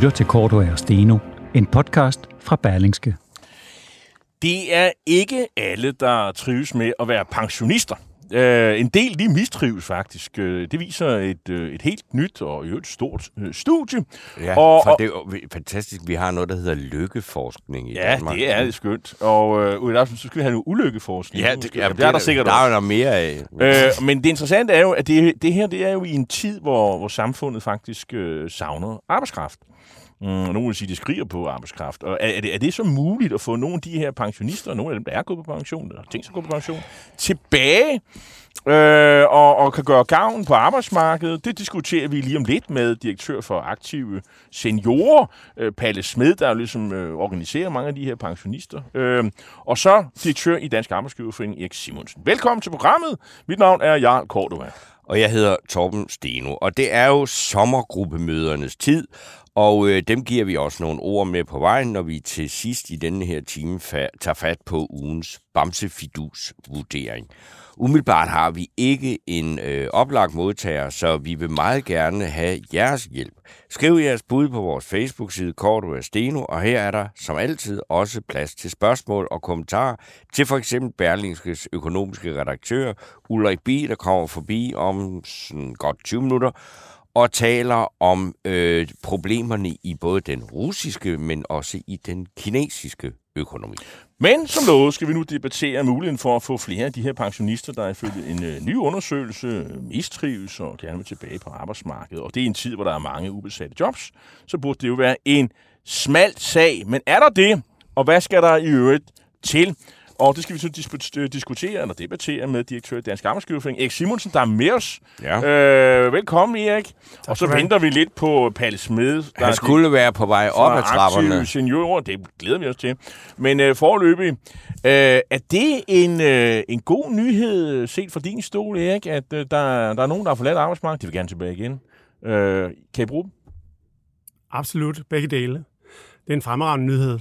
lytter til Cordua og Steno, en podcast fra Berlingske. Det er ikke alle, der trives med at være pensionister. En del de mistrives faktisk. Det viser et helt nyt og et stort studie. Ja, for det er jo fantastisk. Vi har noget, der hedder lykkeforskning i Danmark. Ja, det er lidt skønt. Og så skal vi have noget ulykkeforskning. Ja, det er der sikkert. Der er jo noget mere af. Men det interessante er jo, at det her det er jo i en tid, hvor samfundet faktisk savner arbejdskraft. Nogle vil sige, at de skriger på arbejdskraft. Og er det så muligt at få nogle af de her pensionister, nogle af dem, der er gået på pension, eller har tænkt sig at gå på pension, tilbage og kan gøre gavn på arbejdsmarkedet? Det diskuterer vi lige om lidt med direktør for aktive seniorer, Palle Smed, der jo ligesom organiserer mange af de her pensionister. Og så direktør i Dansk Arbejdsgiverforening, Erik Simonsen. Velkommen til programmet. Mit navn er Jarl Cordua. Og jeg hedder Torben Steno. Og det er jo sommergruppemødernes tid, og dem giver vi også nogle ord med på vejen, når vi til sidst i denne her time tager fat på ugens Bamsefidus-vurdering. Umiddelbart har vi ikke en oplagt modtager, så vi vil meget gerne have jeres hjælp. Skriv jeres bud på vores Facebook-side Cordua og Steno, og her er der som altid også plads til spørgsmål og kommentarer til for eksempel Berlingskes økonomiske redaktør Ulrik B., der kommer forbi om sådan godt 20 minutter, og taler om problemerne i både den russiske, men også i den kinesiske økonomi. Men som lovet skal vi nu debattere muligheden for at få flere af de her pensionister, der ifølge en ny undersøgelse mistrives og gerne vil tilbage på arbejdsmarkedet. Og det er en tid, hvor der er mange ubesatte jobs, så burde det jo være en smal sag. Men er der det? Og hvad skal der i øvrigt til? Og det skal vi så diskutere eller debattere med direktør i Dansk Arbejdsgiverforening, Erik Simonsen, der er med os. Ja. Velkommen, Erik. Tak, og så venter vi lidt på Palle Smed. Han skulle være på vej op ad trapperne. Seniorer, det glæder vi os til. Men foreløbig, er det en god nyhed set fra din stol, Erik, at der er nogen, der har forladt arbejdsmarkedet? De vil gerne tilbage igen. Kan I bruge dem? Absolut, begge dele. Det er en fremragende nyhed.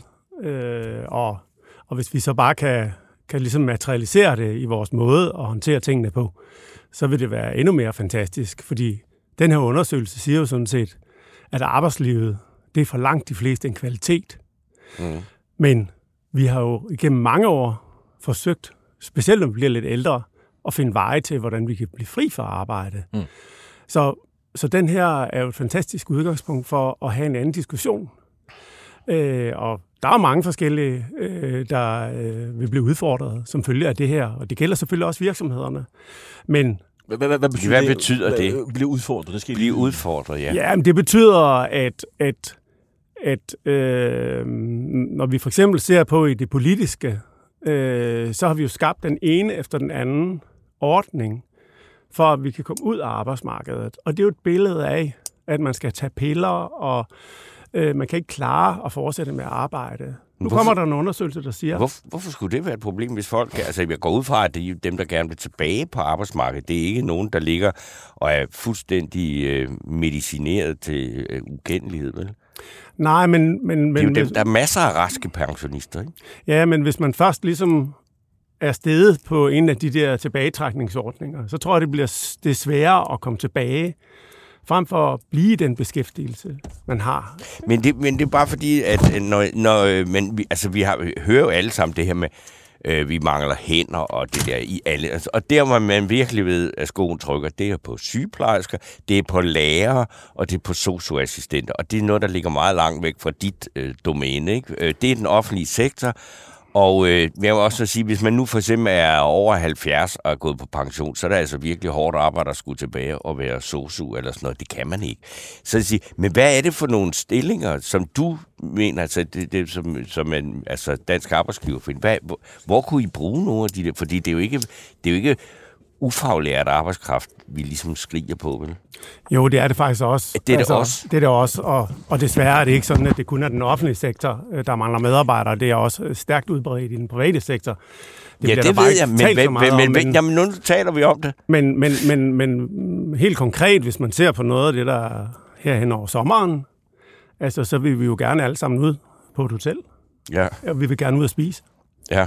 Og hvis vi så bare kan ligesom materialisere det i vores måde at håndtere tingene på, så vil det være endnu mere fantastisk, fordi den her undersøgelse siger jo sådan set, at arbejdslivet, det er for langt de fleste en kvalitet. Mm. Men vi har jo igennem mange år forsøgt, specielt når vi bliver lidt ældre, at finde veje til, hvordan vi kan blive fri fra arbejde. Mm. Så den her er jo et fantastisk udgangspunkt for at have en anden diskussion. Og der er mange forskellige, der vil blive udfordret som følge af det her, og det gælder selvfølgelig også virksomhederne. Men hvad betyder det? Blive udfordret, det skal blive udfordret, ja. Ja, men det betyder, at når vi for eksempel ser på i det politiske, så har vi jo skabt den ene efter den anden ordning, for at vi kan komme ud af arbejdsmarkedet. Og det er jo et billede af, at man skal tage piller, og man kan ikke klare at fortsætte med at arbejde. Nu kommer der en undersøgelse, der siger... Hvorfor skulle det være et problem, hvis folk... Altså, jeg går ud fra, at det er dem, der gerne vil tilbage på arbejdsmarkedet. Det er ikke nogen, der ligger og er fuldstændig medicineret til ukendelighed, vel? Nej, men det er jo dem, der er masser af raske pensionister, ikke? Ja, men hvis man først ligesom er steget på en af de der tilbagetrækningsordninger, så tror jeg, det er sværere at komme tilbage, frem for at blive den beskæftigelse, man har. Men det er bare fordi, at vi hører jo alle sammen det her med, vi mangler hænder og det der i alle. Altså, og der, hvor man virkelig ved, at skoen trykker, det er på sygeplejersker, det er på lærere, og det er på sosu-assistenter. Og det er noget, der ligger meget langt væk fra dit domæne, ikke? Det er den offentlige sektor. Og jeg vil også sige, hvis man nu for eksempel er over 70 og er gået på pension, så er det altså virkelig hårdt arbejde at skulle tilbage og være sosu eller sådan noget. Det kan man ikke. Så jeg siger, men hvad er det for nogle stillinger, som du mener, altså det som en Dansk Arbejdsgiverforening, hvor kunne I bruge nogle af de der? Fordi det er jo ikke ufaglært arbejdskraft, vi ligesom skriger på, vel? Jo, det er det faktisk også. Det er det også? Det er det også, og desværre er det ikke sådan, at det kun er den offentlige sektor, der mangler medarbejdere. Det er også stærkt udbredt i den private sektor. Det ved jeg, men nu taler vi om det. Men helt konkret, hvis man ser på noget af det, der er herhen over sommeren, altså, så vil vi jo gerne alle sammen ud på et hotel. Ja. Og vi vil gerne ud at spise. Ja.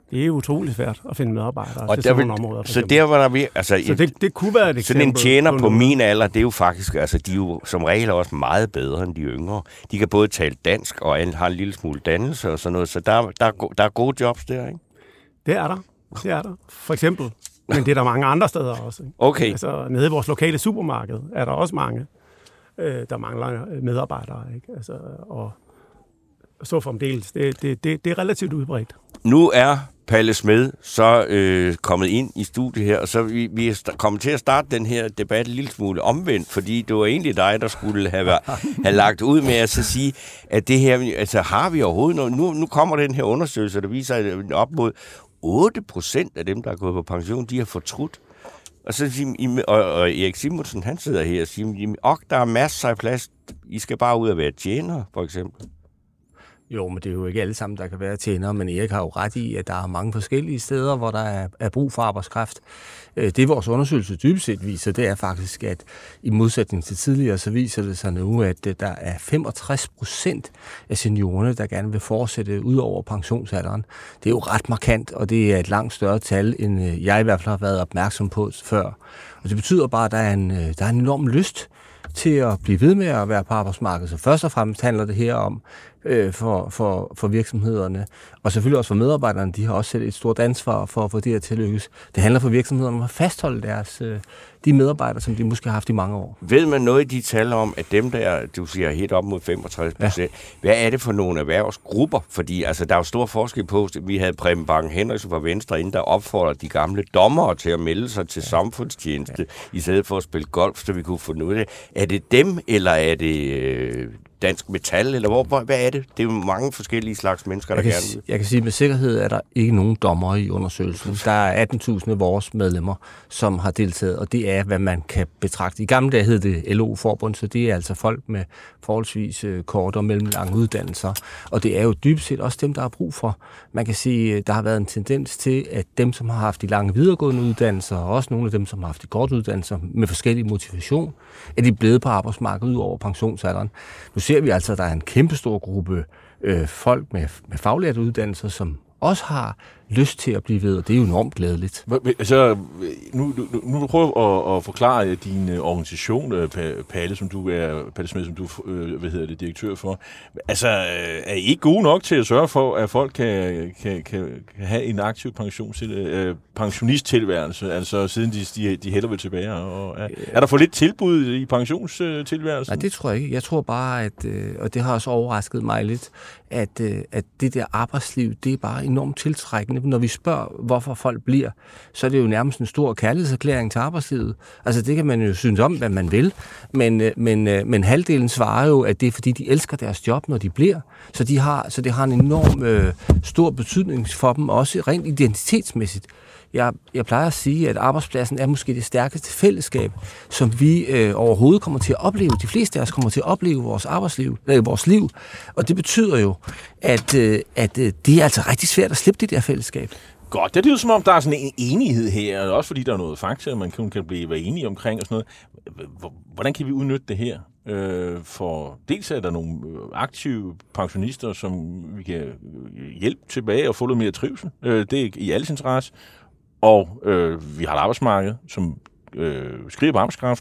Det er utroligt svært at finde medarbejdere og til sådan nogle områder. Så der var der altså, så det kunne være et eksempel. Sådan en tjener på min alder, det er jo faktisk, altså de er jo som regel også meget bedre end de yngre. De kan både tale dansk og har en lille smule dannelse og sådan noget, så der er gode jobs der, ikke? Det er der. For eksempel. Men det er der mange andre steder også. Ikke? Okay. Altså nede i vores lokale supermarked er der også mange, der mangler medarbejdere, ikke? Altså, og så fremdeles. Det er relativt udbredt. Nu er Palle Smed så kommet ind i studiet her, og så vi er kommet til at starte den her debat en lille smule omvendt, fordi det var egentlig dig, der skulle have lagt ud med at så sige, at det her, altså har vi overhovedet noget? Nu kommer den her undersøgelse, der viser, at op mod 8% af dem, der er gået på pension, de har fortrudt. Og så siger og Erik Simonsen, han sidder her og siger, der er masser af plads, I skal bare ud og være tjenere, for eksempel. Jo, men det er jo ikke alle sammen, der kan være tjenere, men Erik har jo ret i, at der er mange forskellige steder, hvor der er brug for arbejdskraft. Det vores undersøgelse dybest set viser, det er faktisk, at i modsætning til tidligere, så viser det sig nu, at der er 65% af seniorerne, der gerne vil fortsætte ud over pensionsalderen. Det er jo ret markant, og det er et langt større tal, end jeg i hvert fald har været opmærksom på før. Og det betyder bare, at der er en enorm lyst til at blive ved med at være på arbejdsmarkedet. Så først og fremmest handler det her om for virksomhederne, og selvfølgelig også for medarbejderne. De har også selv et stort ansvar for at få det her til at lykkes. Det handler for virksomhederne om at fastholde de medarbejdere, som de måske har haft i mange år. Ved man noget i de tal om, at dem der, du siger helt op mod 65%, hvad er det for nogle erhvervsgrupper? Fordi altså, der er jo stor forskel på, vi havde Preben Bang Henriksen fra Venstre inden, der opfordrer de gamle dommere til at melde sig til samfundstjeneste, i stedet for at spille golf, så vi kunne få noget af det. Er det dem, eller er det Dansk Metal, eller hvad er det? Det er jo mange forskellige slags mennesker, der gerne vil. Jeg kan sige, at med sikkerhed er der ikke nogen dommer i undersøgelsen. Der er 18.000 af vores medlemmer, som har deltaget, og det er, hvad man kan betragte. I gamle dage hed det LO-forbund, så det er altså folk med forholdsvis korte og mellemlange uddannelser. Og det er jo dybest set også dem, der har brug for. Man kan sige, der har været en tendens til, at dem, som har haft de lange videregående uddannelser, og også nogle af dem, som har haft de korte uddannelser med forskellig motivation, er de blevet på arbejdsmarkedet ud over pensionsalderen. Nu ser vi altså, at der er en kæmpestor gruppe folk med faglærte uddannelser, som også har lyst til at blive ved, og det er jo enormt glædeligt. Altså, nu prøver jeg at forklare din organisation, Palle Smed, som du direktør for. Altså, er I ikke gode nok til at sørge for, at folk kan have en aktiv pensionisttilværelse, altså siden de hælder vel tilbage? Og er der for lidt tilbud i pensionstilværelsen? Nej, det tror jeg ikke. Jeg tror bare, at, og det har også overrasket mig lidt, at det der arbejdsliv, det er bare enormt tiltrækkende. Når vi spørger, hvorfor folk bliver, så er det jo nærmest en stor kærlighedserklæring til arbejdslivet. Altså, det kan man jo synes om, hvad man vil, men halvdelen svarer jo, at det er, fordi de elsker deres job, når de bliver. Så det har en enorm stor betydning for dem, også rent identitetsmæssigt. Jeg plejer at sige, at arbejdspladsen er måske det stærkeste fællesskab, som vi overhovedet kommer til at opleve. De fleste af os kommer til at opleve vores liv. Og det betyder jo, at det er altså rigtig svært at slippe det der fællesskab. Godt, det lyder som om, der er sådan en enighed her, også fordi der er noget fakta, man kan være enige omkring og sådan noget. Hvordan kan vi udnytte det her? For dels er der nogle aktive pensionister, som vi kan hjælpe tilbage og få lidt mere trivsel. Det er i alles interesse. Og vi har et arbejdsmarked, som skriver på arbejdskraft.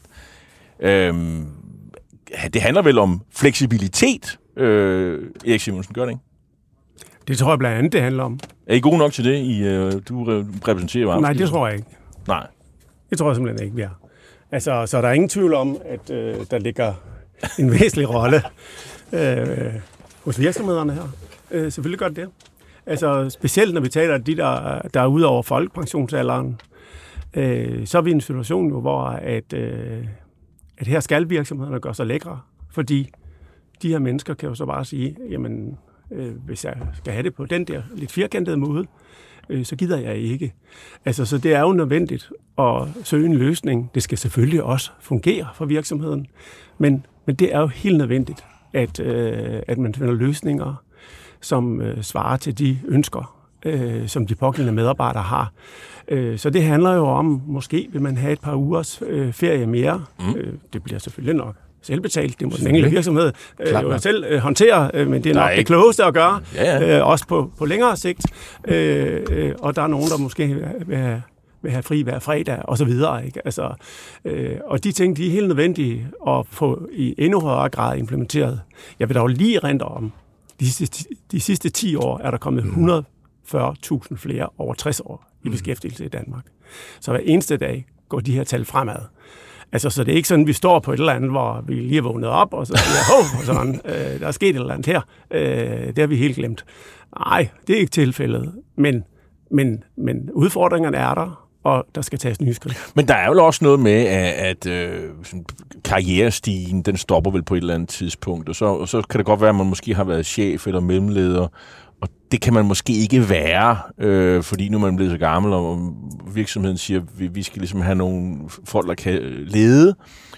Det handler vel om fleksibilitet, Erik Simonsen, gør det ikke? Det tror jeg blandt andet, det handler om. Er I gode nok til det? Du repræsenterer arbejdslivet? Nej, det tror jeg ikke. Nej. Det tror jeg simpelthen ikke, vi er. Altså, så der er ingen tvivl om, at der ligger en væsentlig rolle hos virksomhederne her. Selvfølgelig gør det det. Altså, specielt når vi taler om de, der er ude over folkepensionsalderen, så er vi i en situation jo, hvor at her skal virksomhederne gøre sig lækre, fordi de her mennesker kan jo så bare sige, jamen, hvis jeg skal have det på den der lidt firkantede måde, så gider jeg ikke. Altså, så det er jo nødvendigt at søge en løsning. Det skal selvfølgelig også fungere for virksomheden, men det er jo helt nødvendigt, at man finder løsninger, som svarer til de ønsker, som de pågældende medarbejdere har. Så det handler jo om, måske vil man have et par ugers ferie mere. Det bliver selvfølgelig nok selvbetalt. Det må den enkelte virksomhed jo selv håndtere, men det er nok det klogeste at gøre, også på længere sigt. Og der er nogen, der måske vil have fri hver fredag, og så videre. Ikke? Altså, og de ting, de er helt nødvendige at få i endnu højere grad implementeret. Jeg vil dog lige rente om, de sidste 10 år er der kommet 140.000 flere over 60 år i beskæftigelse i Danmark. Så hver eneste dag går de her tal fremad. Altså, så det er ikke sådan, at vi står på et eller andet, hvor vi lige er vågnet op, og så siger, sådan, der er sket et eller andet her. Det har vi helt glemt. Nej, det er ikke tilfældet. Men udfordringerne er der, og der skal tages nye skridt. Men der er jo også noget med, at karrierestigen, den stopper vel på et eller andet tidspunkt, og så kan det godt være, at man måske har været chef eller mellemleder, og det kan man måske ikke være, fordi nu er man blevet så gammel, og virksomheden siger, at vi skal ligesom have nogle folk, der kan lede.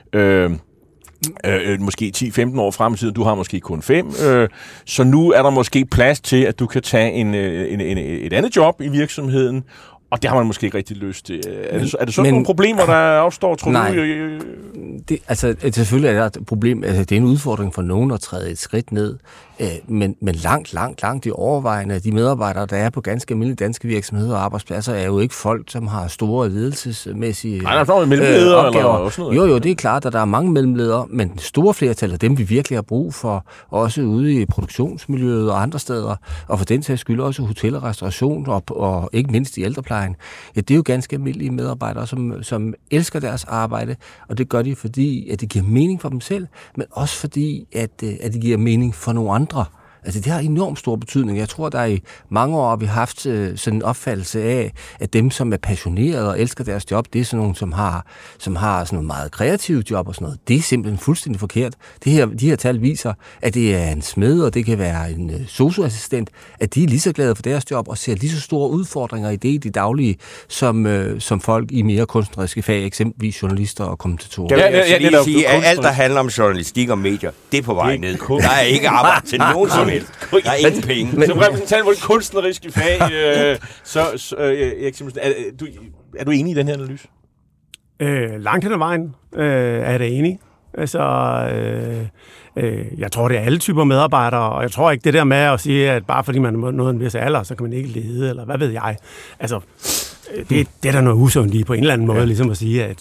Måske 10-15 år frem i tiden, du har måske kun 5. Så nu er der måske plads til, at du kan tage et andet job i virksomheden, og det har man måske ikke rigtig lyst til. Er det sådan nogle problemer, der opstår, tror du? Selvfølgelig er der et problem. Altså, det er en udfordring for nogen at træde et skridt ned. Men langt de overvejende af de medarbejdere, der er på ganske almindelige danske virksomheder og arbejdspladser, er jo ikke folk, som har store ledelsesmæssige der er mellemledere eller sådan noget. Jo, det er klart, at der er mange mellemledere, men den store flertal af dem, vi virkelig har brug for, også ude i produktionsmiljøet og andre steder, og for den sags skyld også hotel og restauration og ikke mindst i ældreplejen. Ja, det er jo ganske almindelige medarbejdere, som elsker deres arbejde, og det gør de, fordi at det giver mening for dem selv, men også fordi, at det giver mening for nogle andre. Altså, det har enormt stor betydning. Jeg tror, der i mange år vi har haft sådan en opfattelse af, at dem, som er passionerede og elsker deres job, det er sådan nogle, som har sådan nogle meget kreative job og sådan noget. Det er simpelthen fuldstændig forkert. De her tal viser, at det er en smed, og det kan være en sosu-assistent, at de er lige så glade for deres job og ser lige så store udfordringer i det daglige, som folk i mere kunstneriske fag, eksempelvis journalister og kommentatorer. Jeg vil sige, at alt, der handler om journalistik og medier, det er på vej ned. Der er ikke arbejde til nogen som helst. Der er ingen penge. Som repræsentant for det kunstneriske fag, er du enig i den her analyse? Langt hen ad vejen er jeg da enig. Altså, jeg tror, det er alle typer medarbejdere, og jeg tror ikke det der med at sige, at bare fordi man er nået en vis alder, så kan man ikke lede, eller hvad ved jeg. Altså, det er da noget usundt i på en eller anden måde, ligesom at sige, at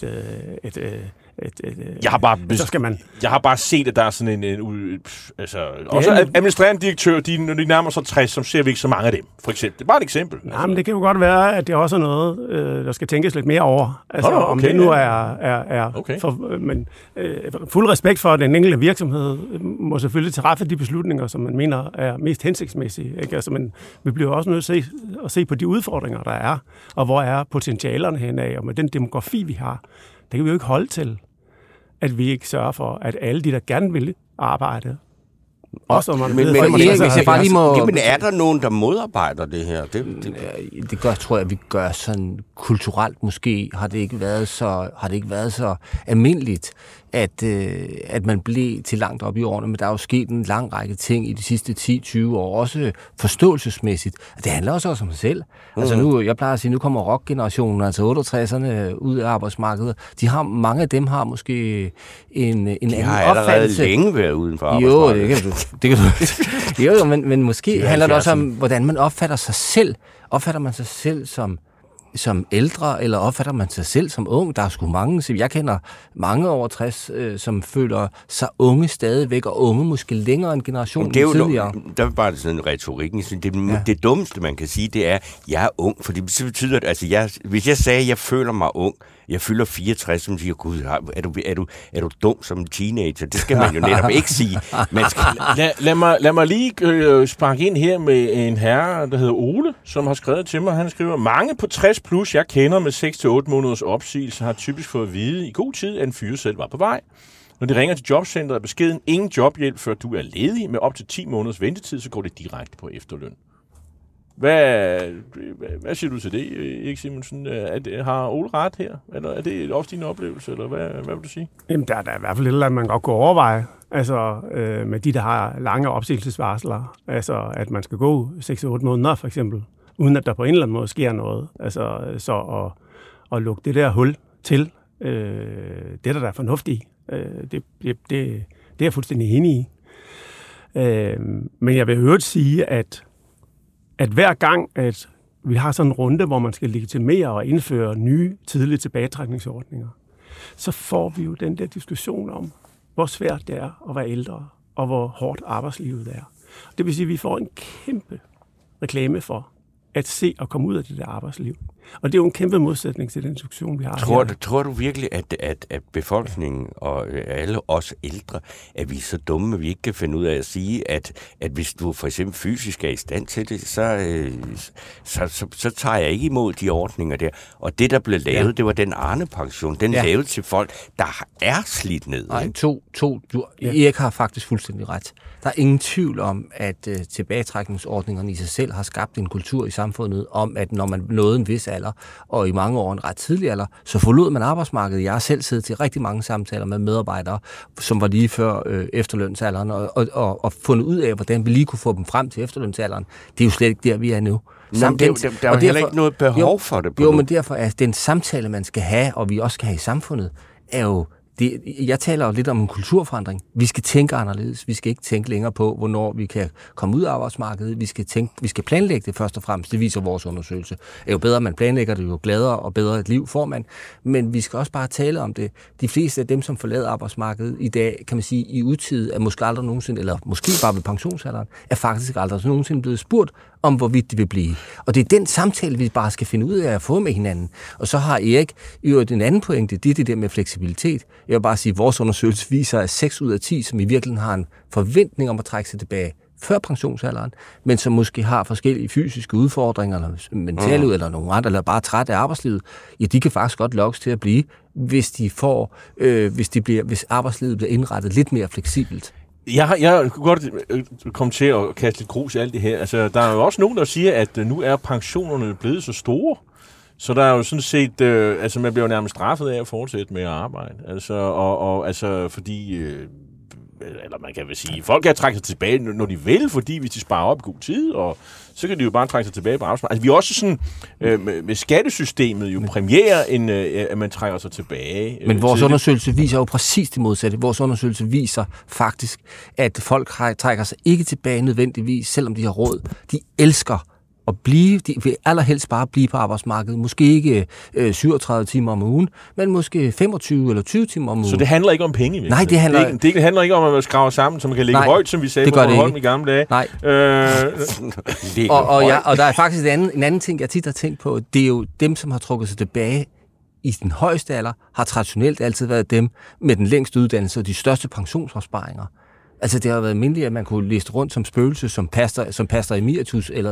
jeg har bare set, at der er sådan også administrerende direktør, når de nærmer sig 60, som ser vi ikke så mange af dem, for eksempel. Det er bare et eksempel. Nej, men det kan jo godt være, at det også er noget, der skal tænkes lidt mere over. Altså, om det nu er okay. Men fuld respekt for, at den enkelte virksomhed må selvfølgelig træffe de beslutninger, som man mener er mest hensigtsmæssige. Ikke? Altså, men vi bliver også nødt til at se på de udfordringer, der er, og hvor er potentialerne henad, og med den demografi, vi har. Det kan vi jo ikke holde til, at vi ikke sørger for, at alle de, der gerne vil arbejde, også om man men er der nogen, der modarbejder det her? Det tror jeg, vi gør sådan kulturelt måske. Har det ikke været så almindeligt, at man blev til langt op i årene, men der er jo sket en lang række ting i de sidste 10-20 år, også forståelsesmæssigt. Det handler også om sig selv. Altså jeg plejer at sige, nu kommer rockgenerationen, altså 68'erne, ud af arbejdsmarkedet. Mange af dem har måske en anden opfattelse. De har allerede længe været uden for arbejdsmarkedet. Jo, det kan du. Jo, men måske handler det også om, hvordan man opfatter sig selv. Opfatter man sig selv som ældre, eller opfatter man sig selv som ung? Der er sgu mange. Jeg kender mange over 60, som føler sig unge stadigvæk, og unge måske længere en generation tidligere. Der er bare sådan en retorik. Det dummeste, man kan sige, det er, jeg er ung, fordi det betyder, at hvis jeg sagde, at jeg føler mig ung, jeg fylder 64, som siger, gud, er du dum som en teenager? Det skal man jo netop ikke sige. Lad mig lige sparke ind her med en herre, der hedder Ole, som har skrevet til mig. Han skriver, mange på 60 plus, jeg kender med 6-8 måneders opsigelse, har typisk fået at vide i god tid, at en fyreseddel var på vej. Når de ringer til jobcentret, er beskeden ingen jobhjælp, før du er ledig. Med op til 10 måneders ventetid, så går det direkte på efterløn. Hvad siger du til det, Erik Simonsen? Har Ole ret her? Eller er det også din oplevelse, eller hvad vil du sige? Jamen, der er i hvert fald lidt, at man godt kunne overveje. Altså, med de, der har lange opsigelsesvarsler. Altså, at man skal gå 6-8 måneder, for eksempel, uden at der på en eller anden måde sker noget. Altså, så at lukke det der hul til, Det er der fornuftigt i. Det er jeg fuldstændig enig i. Men jeg vil øvrigt sige, at hver gang, at vi har sådan en runde, hvor man skal legitimere og indføre nye tidlige tilbagetrækningsordninger, så får vi jo den der diskussion om, hvor svært det er at være ældre, og hvor hårdt arbejdslivet er. Det vil sige, at vi får en kæmpe reklame for at se og komme ud af det der arbejdsliv. Og det er jo en kæmpe modsætning til den diskussion, vi har her. Tror du virkelig, at befolkningen og alle os ældre, at vi er så dumme, at vi ikke kan finde ud af at sige, at hvis du for eksempel fysisk er i stand til det, så tager jeg ikke imod de ordninger der. Og det, der blev lavet, det var den Arne-pension. Den lavet til folk, der er slidt ned. Nej, Erik har faktisk fuldstændig ret. Der er ingen tvivl om, at tilbagetrækningsordningerne i sig selv har skabt en kultur i samfundet om, at når man nåede en vis alder, og i mange år en ret tidlig alder, så forlod man arbejdsmarkedet. Jeg har selv siddet til rigtig mange samtaler med medarbejdere, som var lige før efterlønsalderen, og fundet ud af, hvordan vi lige kunne få dem frem til efterlønsalderen. Det er jo slet ikke der, vi er nu. Der er jo heller ikke noget behov for det. Jo, men derfor er den samtale, man skal have, og vi også skal have i samfundet, er jo jeg taler jo lidt om en kulturforandring. Vi skal tænke anderledes. Vi skal ikke tænke længere på, hvornår vi kan komme ud af arbejdsmarkedet. Vi skal planlægge det først og fremmest. Det viser vores undersøgelse. Jo bedre man planlægger det, jo gladere og bedre et liv får man. Men vi skal også bare tale om det. De fleste af dem, som forlader arbejdsmarkedet i dag, kan man sige, i utid, er måske aldrig nogensinde, eller måske bare ved pensionsalderen, er faktisk aldrig nogensinde blevet spurgt om, hvorvidt det vil blive. Og det er den samtale, vi bare skal finde ud af at få med hinanden. Og så har Erik jo en anden pointe, det er det der med fleksibilitet. Jeg vil bare sige, at vores undersøgelse viser, at 6 ud af 10, som i virkeligheden har en forventning om at trække sig tilbage før pensionsalderen, men som måske har forskellige fysiske udfordringer, eller mentale eller nogle andre, eller bare træt af arbejdslivet, ja, de kan faktisk godt lokkes til at blive, hvis arbejdslivet bliver indrettet lidt mere fleksibelt. Jeg kunne godt komme til at kaste lidt grus i alt det her. Altså, der er jo også nogen, der siger, at nu er pensionerne blevet så store, så der er jo sådan set, man bliver jo nærmest straffet af at fortsætte med at arbejde. Altså, fordi, eller man kan vel sige, folk kan trække sig tilbage, når de vil, fordi hvis de sparer op i god tid, og så kan de jo bare trække sig tilbage på arbejdsmarkedet. Altså, vi er også sådan, med skattesystemet jo præmierer, at man trækker sig tilbage. Men vores undersøgelse viser jo præcis det modsatte. Vores undersøgelse viser faktisk, at folk trækker sig ikke tilbage nødvendigvis, selvom de har råd. De elsker at blive, de vil allerhelst bare blive på arbejdsmarkedet. Måske ikke 37 timer om ugen, men måske 25 eller 20 timer om ugen. Så det handler ikke om penge? Nej, det handler ikke om, at man skraver sammen, så man kan ligge højt, som vi sagde på Holm i gamle dage. Nej. Og der er faktisk en anden ting, jeg tit har tænkt på. Det er jo dem, som har trukket sig tilbage i den højeste alder, har traditionelt altid været dem med den længste uddannelse og de største pensionsopsparinger. Altså, det har været almindeligt, at man kunne liste rundt som spøgelse, som pastor emeritus, eller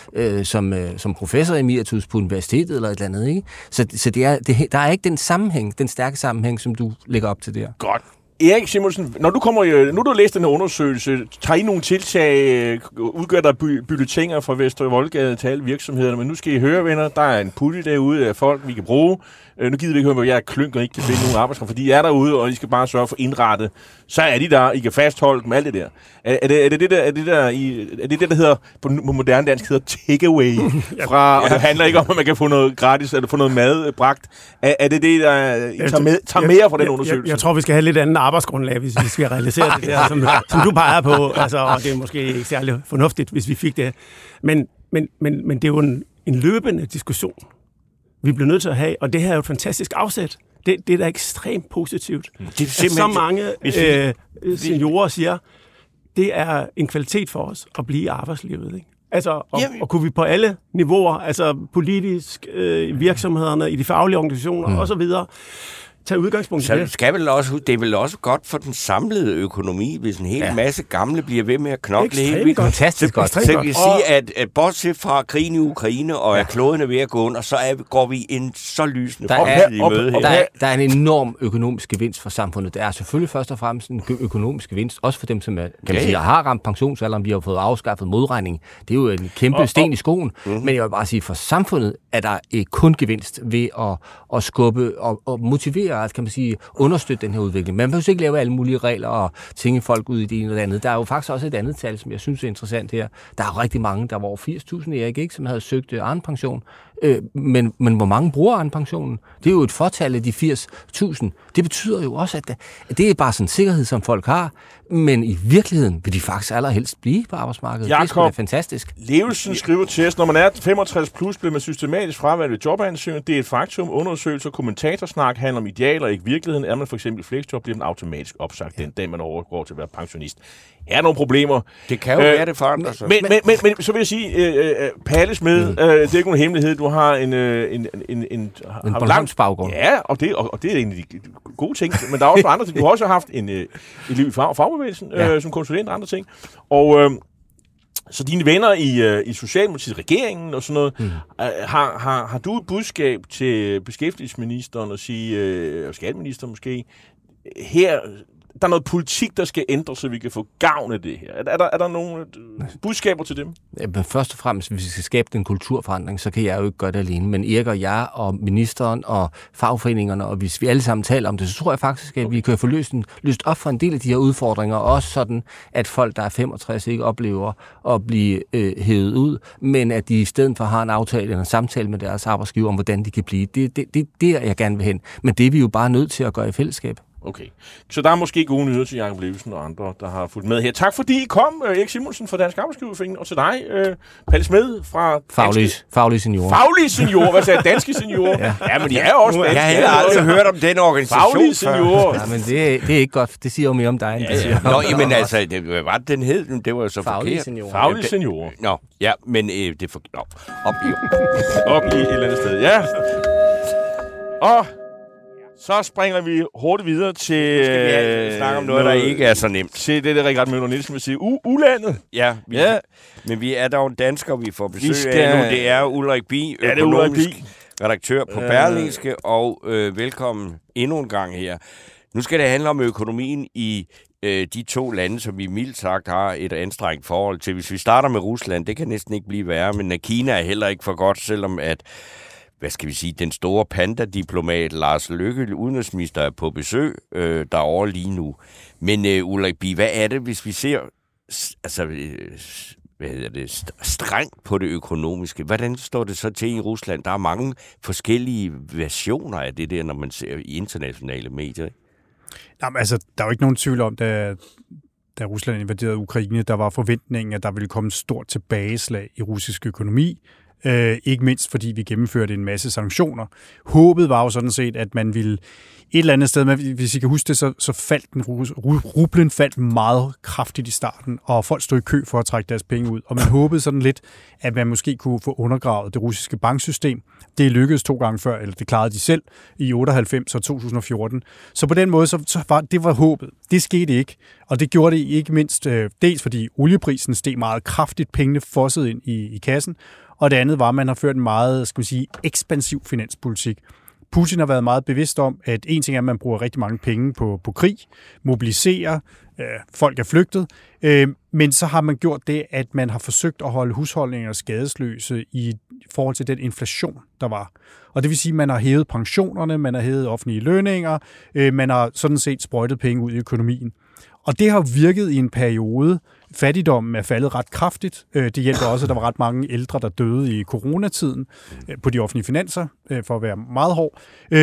som professor emeritus på universitetet, eller et eller andet, ikke? Så der er ikke den stærke sammenhæng, som du lægger op til der. Godt. Erik Simonsen, nu du har læst den her undersøgelse, tager I nogle tiltag, udgør der bulletiner fra Vester Voldgade til alle virksomhederne, men nu skal I høre, venner, der er en pulje derude af folk, vi kan bruge. Nu gider vi ikke høre, hvor jeg er klynk og ikke kan finde nogen arbejdskraft, fordi I er derude, og I skal bare sørge for indrettet. Så er de der, I kan fastholde dem, alt det der. Er det der hedder, på moderne dansk hedder takeaway, og det handler ikke om, at man kan få noget gratis, eller få noget mad bragt. Er det det, der I tager mere fra den undersøgelse? Jeg tror, vi skal have lidt andet arbejdsgrundlag, hvis vi skal realisere det der, som du peger på, altså, og det er måske ikke særlig fornuftigt, hvis vi fik det. Men det er jo en løbende diskussion, vi bliver nødt til at have, og det her er jo et fantastisk afsæt. Det er da ekstremt positivt. Det så mange seniorer siger, det er en kvalitet for os at blive i arbejdslivet. Ikke? Altså, og kunne vi på alle niveauer, altså politisk, virksomhederne, i de faglige organisationer osv., tage udgangspunkt i det. Det er vel også godt for den samlede økonomi, hvis en hel masse gamle bliver ved med at knokle helt. Fantastisk godt. Så kan vi sige, at bortset fra krigen i Ukraine, og at kloden er ved at gå under, så går vi en så lysende fremtid i møde her. Der er en enorm økonomisk gevinst for samfundet. Der er selvfølgelig først og fremmest en økonomisk gevinst, også for dem, som har ramt pensionsalderen, vi har fået afskaffet modregning. Det er jo en kæmpe sten i skoen. Men jeg vil bare sige, for samfundet er der kun gevinst ved at skubbe og motivere, kan man sige, understøtte den her udvikling. Man vil jo ikke lave alle mulige regler og tvinge folk ud i det ene eller andet. Der er jo faktisk også et andet tal, som jeg synes er interessant her. Der er jo rigtig mange, der var over 80.000, Erik, ikke, som havde søgt Arne-pension Men hvor mange bruger Arnepensionen? Det er jo et fortal af de 80.000. Det betyder jo også, at det er bare sådan en sikkerhed, som folk har, men i virkeligheden vil de faktisk allerhelst blive på arbejdsmarkedet. Jacob, det er sgu da fantastisk. Levelsen skriver til os, når man er 65 plus, bliver man systematisk fravalgt ved jobansøgning. Det er et faktum. Undersøgelser og kommentatorsnak handler om idealer, ikke virkeligheden. Er man for eksempel flexjob, bliver man automatisk opsagt den dag, man overgår til at være pensionist. Her er nogle problemer. Det kan jo være, det forandrer sig. Men så vil jeg sige, Palle Smed, det er ikke nogen hemmelighed. Du har en Bornholms baggrund. Ja, og det er en af de gode ting. Men der er også andre ting. Du har også haft et liv i fagbevægelsen, som konsulent og andre ting. Og så dine venner i Socialdemokratiet, regeringen og sådan noget, har du et budskab til beskæftigelsesministeren og sige, og skatteministeren måske, her, der er noget politik, der skal ændre, så vi kan få gavn af det her. Er der nogle budskaber til dem? Ja, men først og fremmest, hvis vi skal skabe den kulturforandring, så kan jeg jo ikke gøre det alene. Men Erik og jeg og ministeren og fagforeningerne, og hvis vi alle sammen taler om det, så tror jeg faktisk, at vi kan få løst op for en del af de her udfordringer. Også sådan, at folk, der er 65, ikke oplever at blive hævet ud, men at de i stedet for har en aftale eller en samtale med deres arbejdsgiver om, hvordan de kan blive. Det er jeg gerne vil hen. Men det er vi jo bare nødt til at gøre i fællesskab. Okay. Så der er måske gode nyheder til Jacob Levesen og andre, der har fulgt med her. Tak fordi I kom, Erik Simonsen fra Dansk Arbejdsgiverforening, og til dig, Palle Smed fra Faglige seniorer. Faglige seniorer? Hvad sagde Danske seniorer? Ja, men de er jo også danske. Jeg har heller aldrig hørt om den organisation. Faglige seniorer. Ja, men det er ikke godt. Det siger jo mere om dig, end det siger. Nå, men altså, det var den hed, det var jo så forkert. Faglige seniorer. Nå, ja, men det er for... Nå, op i et eller andet sted, ja. Og så springer vi hurtigt videre til... Skal vi snakke om noget, der ikke er så nemt. Til det, der Richard Møller Nielsen vil sige. Ulandet. Ja, men vi er dog en dansker, vi får besøg af nu. Det er Ulrik Bie, økonomisk redaktør på Berlingske, og velkommen endnu en gang her. Nu skal det handle om økonomien i de to lande, som vi mildt sagt har et anstrengt forhold til. Hvis vi starter med Rusland, det kan næsten ikke blive værre, men Kina er heller ikke for godt, selvom at den store panda-diplomat Lars Løkke, udenrigsminister, er på besøg derovre lige nu. Men Ulrik Bie, hvad er det, hvis vi ser strengt på det økonomiske? Hvordan står det så til i Rusland? Der er mange forskellige versioner af det der, når man ser i internationale medier. Jamen, altså, der er jo ikke nogen tvivl om, da Rusland invaderede Ukraine, der var forventningen, at der ville komme et stort tilbageslag i russisk økonomi. Ikke mindst fordi vi gennemførte en masse sanktioner. Håbet var jo sådan set, at man ville et eller andet sted, hvis I kan huske det, så faldt rublen faldt meget kraftigt i starten, og folk stod i kø for at trække deres penge ud. Og man håbede sådan lidt, at man måske kunne få undergravet det russiske banksystem. Det lykkedes 2 gange før, eller det klarede de selv, i 98 og 2014. Så på den måde, så var det håbet. Det skete ikke, og det gjorde det ikke mindst dels fordi olieprisen steg meget kraftigt, pengene fossede ind i kassen, og det andet var, at man har ført en meget, ekspansiv finanspolitik. Putin har været meget bevidst om, at en ting er, at man bruger rigtig mange penge på krig, mobiliserer, folk er flygtet, men så har man gjort det, at man har forsøgt at holde husholdninger skadesløse i forhold til den inflation, der var. Og det vil sige, at man har hævet pensionerne, man har hævet offentlige lønninger, man har sådan set sprøjtet penge ud i økonomien. Og det har virket i en periode. Fattigdommen er faldet ret kraftigt. Det hjælper også, at der var ret mange ældre, der døde i coronatiden på de offentlige finanser, for at være meget hård.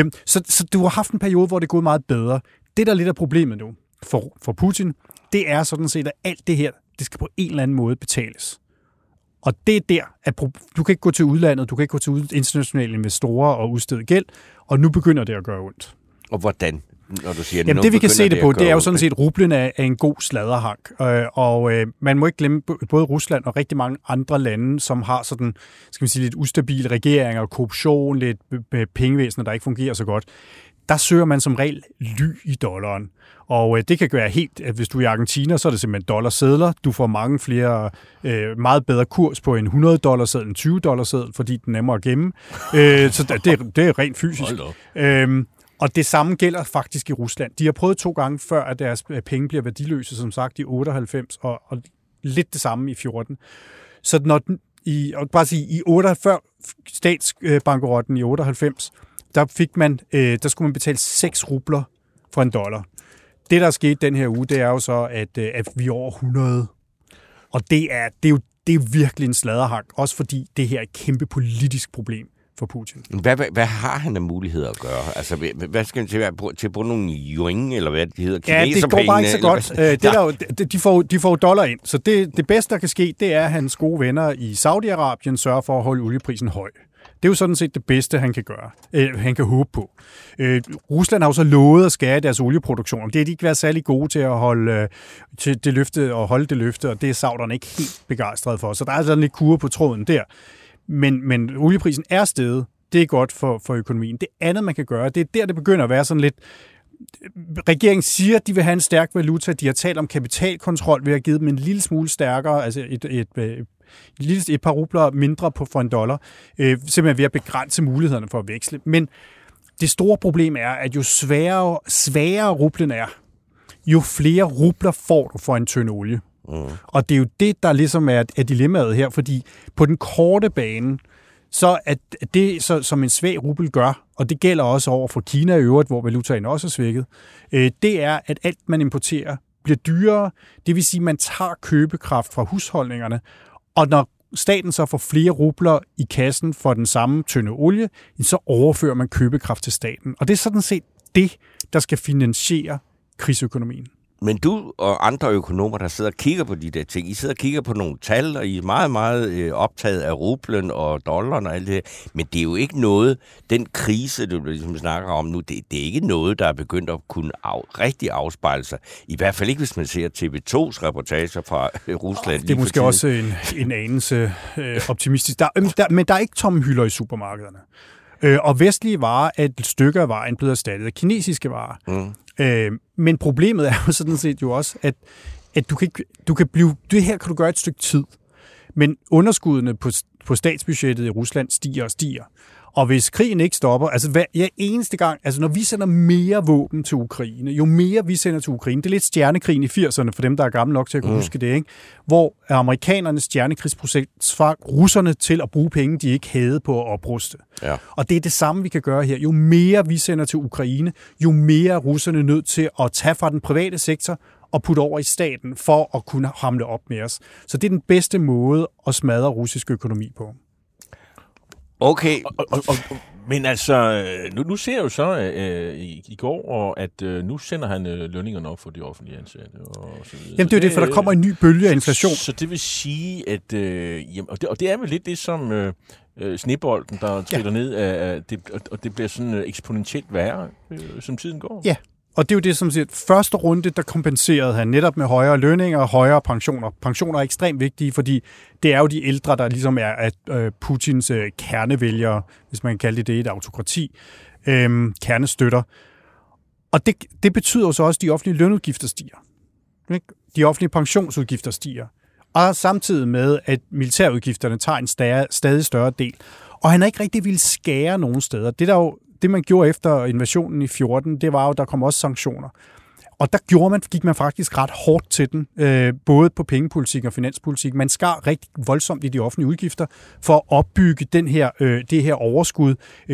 Så du har haft en periode, hvor det er gået meget bedre. Det, der er lidt af problemet nu for Putin, det er sådan set, at alt det her, det skal på en eller anden måde betales. Og det er der, at du kan ikke gå til udlandet, du kan ikke gå til internationale investorer og udstede gæld, og nu begynder det at gøre ondt. Og hvordan? Når du siger, det vi kan se det på, det er jo sådan set, at rublen er en god sladderhank. Og man må ikke glemme både Rusland og rigtig mange andre lande, som har sådan, lidt ustabile regeringer og korruption, lidt pengevæsener, der ikke fungerer så godt. Der søger man som regel ly i dollaren. Og det kan være helt, at hvis du er i Argentina, så er det simpelthen dollarsedler. Du får mange flere, meget bedre kurs på en $100 seddel end $20 seddel, fordi den er nemmere at gemme. Så det er rent fysisk. Og det samme gælder faktisk i Rusland. De har prøvet 2 gange før, at deres penge bliver værdiløse, som sagt, i 98 og lidt det samme i 14. Så når i 48 statsbankerotten i 98, der skulle man betale 6 rubler for $1. Det, der er sket den her uge, det er jo så, at vi er over 100. Og det er jo virkelig en sladderhak, også fordi det her er et kæmpe politisk problem. for Putin. Hvad har han af muligheder at gøre? Altså, hvad skal han til at bruge nogle yuan, eller hvad det hedder? Ja, det går bare ikke så godt. De får dollar ind, så det bedste, der kan ske, det er, at hans gode venner i Saudi-Arabien sørger for at holde olieprisen høj. Det er jo sådan set det bedste, han kan gøre. Han kan håbe på. Rusland har jo så lovet at skære deres olieproduktion. Det har de ikke været særlig gode til at holde det løfte, og det er sauderne ikke helt begejstrede for. Så der er sådan lidt kurve på tråden der. Men olieprisen er steget. Det er godt for økonomien. Det andet, man kan gøre, det er der, det begynder at være sådan lidt... Regeringen siger, at de vil have en stærk valuta. De har talt om kapitalkontrol ved at give dem en lille smule stærkere, altså et par rubler mindre for en dollar, simpelthen ved at begrænse mulighederne for at veksle. Men det store problem er, at jo sværere rublen er, jo flere rubler får du for en tønde olie. Og det er jo det, der ligesom er dilemmaet her, fordi på den korte bane, så at det, som en svag rubel gør, og det gælder også over for Kina i øvrigt, hvor valutaen også er svækket, det er, at alt man importerer bliver dyrere. Det vil sige, at man tager købekraft fra husholdningerne, og når staten så får flere rubler i kassen for den samme tønde olie, så overfører man købekraft til staten. Og det er sådan set det, der skal finansiere krigsøkonomien. Men du og andre økonomer, der sidder og kigger på de der ting, I sidder og kigger på nogle tal, og I er meget, meget optaget af rublen og dollaren og alt det. Men det er jo ikke noget, den krise, du ligesom snakker om nu, det er ikke noget, der er begyndt at kunne rigtig afspejle sig. I hvert fald ikke, hvis man ser TV2's reportager fra Rusland. Det er måske også en anelse optimistisk. Men der er ikke tomme hylder i supermarkederne. Og vestlige varer er et stykke af vejen blevet erstattet af kinesiske varer. Men problemet er jo sådan set jo også, at du kan blive... Det her kan du gøre et stykke tid. Men underskuddene på statsbudgettet i Rusland stiger og stiger. Og hvis krigen ikke stopper, altså hver eneste gang, altså når vi sender mere våben til Ukraine, jo mere vi sender til Ukraine, det er lidt stjernekrigen i 80'erne, for dem, der er gamle nok til at kunne huske det, ikke? Hvor amerikanernes stjernekrigsprojekt tvang russerne til at bruge penge, de ikke havde på at opruste. Ja. Og det er det samme, vi kan gøre her. Jo mere vi sender til Ukraine, jo mere er russerne nødt til at tage fra den private sektor og putte over i staten for at kunne hamle op med os. Så det er den bedste måde at smadre russisk økonomi på. Okay. Men altså, nu ser jeg jo så i går, at nu sender han lønningerne op for de offentlige ansatte. Og så videre. Jamen det er jo det, for der kommer en ny bølge af inflation. Så det vil sige, at og det er vel lidt det som snebolden, der triller ned, og det bliver sådan eksponentielt værre, som tiden går. Ja. Og det er jo det, som siger, første runde, der kompenserede han netop med højere lønninger og højere pensioner. Pensioner er ekstremt vigtige, fordi det er jo de ældre, der ligesom er Putins kernevælgere, hvis man kan kalde det et autokrati, kernestøtter. Og det betyder jo så også, at de offentlige lønudgifter stiger. De offentlige pensionsudgifter stiger. Og samtidig med, at militærudgifterne tager en stadig større del. Og han har ikke rigtig ville skære nogen steder. Det, man gjorde efter invasionen i 14, det var jo, der kom også sanktioner. Og der gik man faktisk ret hårdt til den, både på pengepolitik og finanspolitik. Man skar rigtig voldsomt i de offentlige udgifter for at opbygge det her overskud,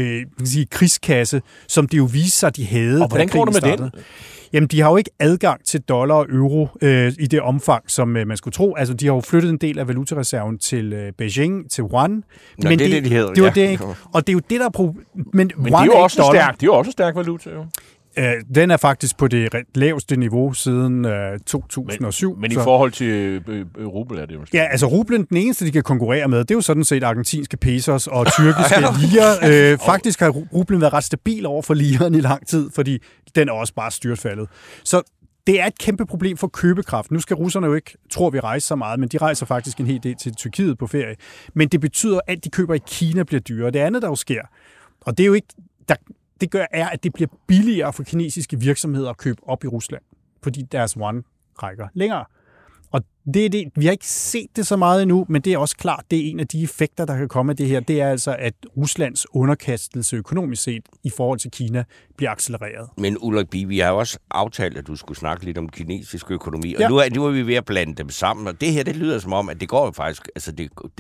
krigskasse, som det jo viste sig, de havde. Og hvordan går det med den? Jamen, de har jo ikke adgang til dollar og euro i det omfang, som man skulle tro. Altså, de har jo flyttet en del af valutareserven til Beijing, til yuan. Nå, men det hedder. Det var det, ikke? Og det er jo det, der er Men det er jo også en stærk valuta, jo. Den er faktisk på det laveste niveau siden 2007. Men i forhold til rubel er det jo... Ja, altså rublen, den eneste, de kan konkurrere med, det er jo sådan set argentinske pesos og tyrkiske lire. Faktisk har rublen været ret stabil over for liren i lang tid, fordi den er også bare styrtfaldet. Så det er et kæmpe problem for købekraft. Nu skal russerne jo ikke, tror vi, rejse så meget, men de rejser faktisk en hel del til Tyrkiet på ferie. Men det betyder, at alt de køber i Kina bliver dyrere. Det andet, der jo sker, og det er jo ikke... Det er, at det bliver billigere for kinesiske virksomheder at købe op i Rusland, fordi deres yuan rækker længere. Og det er det. Vi har ikke set det så meget endnu, men det er også klart, det er en af de effekter, der kan komme af det her. Det er altså, at Ruslands underkastelse økonomisk set i forhold til Kina bliver accelereret. Men Ulrik Bie, vi har jo også aftalt, at du skulle snakke lidt om kinesisk økonomi, og nu er vi ved at blande dem sammen, og det her, det lyder som om, at det går jo faktisk... Altså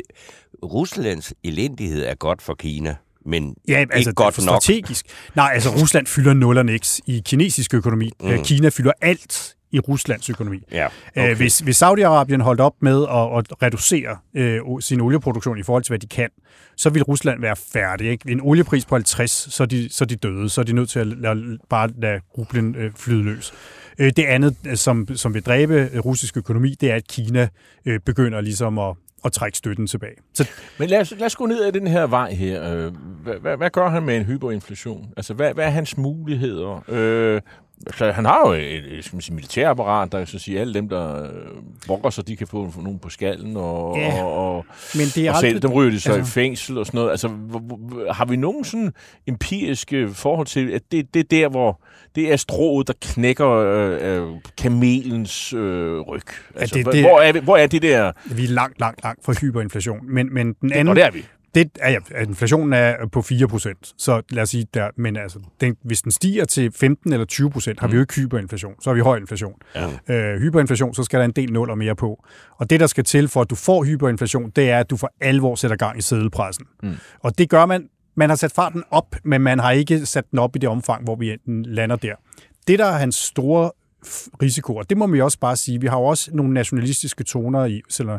Ruslands elendighed er godt for Kina. Men altså, ikke godt nok. Strategisk. Nej, altså Rusland fylder nul og niks i kinesisk økonomi. Kina fylder alt i Ruslands økonomi. Ja, okay. Hvis Saudi-Arabien holdt op med at reducere sin olieproduktion i forhold til, hvad de kan, så vil Rusland være færdig. Ikke? En oliepris på 50, så er de døde. Så er de nødt til at bare lade rublen flyde løs. Det andet, som vil dræbe russisk økonomi, det er, at Kina begynder ligesom at trække støtten tilbage. Så... Men lad os gå ned ad den her vej her. Hvad gør han med en hyperinflation? Altså, hvad er hans muligheder? Så han har jo et militærapparat, der så siger, alle dem, der brokker sig, de kan få nogen på skallen, og men det er selv dem ryger de så i fængsel og sådan noget. Altså, har vi nogen sådan empiriske forhold til, at det er der, hvor det er strået, der knækker kamelens ryg? Altså, hvor er det der? Vi er langt fra hyperinflation. Men den anden... Og det er vi. Inflationen er på 4%, så lad os sige, men altså, hvis den stiger til 15 eller 20%, har vi jo ikke hyperinflation, så har vi høj inflation. Ja. Hyperinflation, så skal der en del nuller mere på. Og det, der skal til for, at du får hyperinflation, det er, at du for alvor sætter gang i seddelpressen. Og det gør man har sat farten op, men man har ikke sat den op i det omfang, hvor vi lander der. Det, der er hans store risiko, og det må vi også bare sige. Vi har jo også nogle nationalistiske toner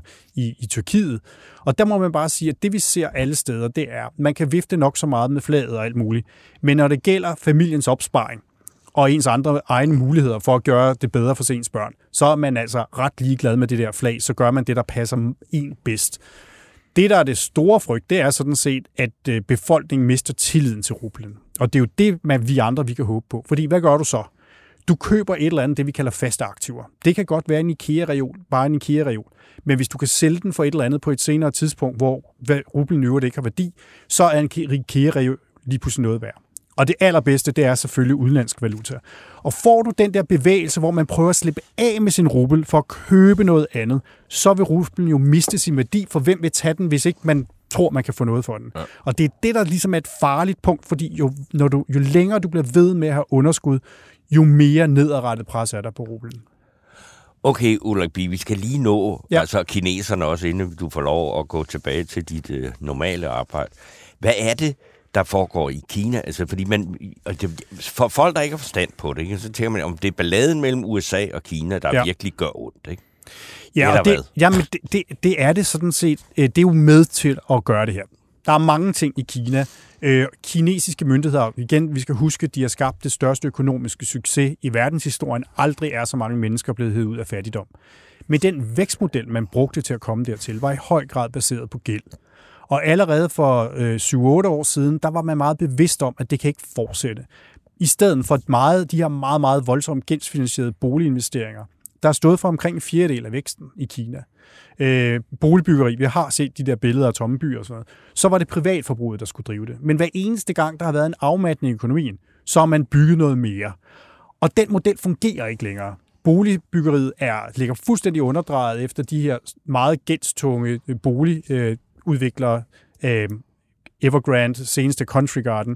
i Tyrkiet, og der må man bare sige, at det vi ser alle steder, det er, man kan vifte nok så meget med flaget og alt muligt, men når det gælder familiens opsparing og ens andre egne muligheder for at gøre det bedre for ens børn, så er man altså ret ligeglad med det der flag, så gør man det, der passer en bedst. Det, der er det store frygt, det er sådan set, at befolkningen mister tilliden til rublen. Og det er jo det, vi andre vi kan håbe på. Fordi hvad gør du så? Du køber et eller andet, det vi kalder faste aktiver. Det kan godt være en IKEA-reol, bare en IKEA-reol. Men hvis du kan sælge den for et eller andet på et senere tidspunkt, hvor rublen i øvrigt ikke har værdi, så er en IKEA-reol lige pludselig noget værd. Og det allerbedste, det er selvfølgelig udenlandsk valuta. Og får du den der bevægelse, hvor man prøver at slippe af med sin rubel for at købe noget andet, så vil rublen jo miste sin værdi, for hvem vil tage den, hvis ikke man tror, man kan få noget for den. Ja. Og det er det, der ligesom er et farligt punkt, fordi jo længere du bliver ved med at have underskud, jo mere nedadrettet pres er der på rublen. Okay, Ulrik Bie, vi skal lige nå altså kineserne også, inden du får lov at gå tilbage til dit normale arbejde. Hvad er det, der foregår i Kina? Altså, fordi for folk, der ikke har forstand på det, ikke, så tænker man, om det er balladen mellem USA og Kina, der virkelig gør ondt, ikke? Ja, og det er det sådan set. Det er jo med til at gøre det her. Der er mange ting i Kina. Kinesiske myndigheder, igen, vi skal huske, de har skabt det største økonomiske succes i verdenshistorien. Aldrig er så mange mennesker blevet hævet ud af fattigdom. Men den vækstmodel, man brugte til at komme dertil, var i høj grad baseret på gæld. Og allerede for 7-8 år siden, der var man meget bevidst om, at det kan ikke fortsætte. I stedet for de her meget, meget voldsomt gældsfinansierede boliginvesteringer, der er stået for omkring en fjerdedel af væksten i Kina. Boligbyggeri, vi har set de der billeder af tomme byer og sådan noget, så var det privatforbruget, der skulle drive det. Men hver eneste gang, der har været en afmatning i økonomien, så har man bygget noget mere. Og den model fungerer ikke længere. Boligbyggeriet ligger fuldstændig underdrejet efter de her meget gældstunge boligudviklere, Evergrande, seneste Country Garden,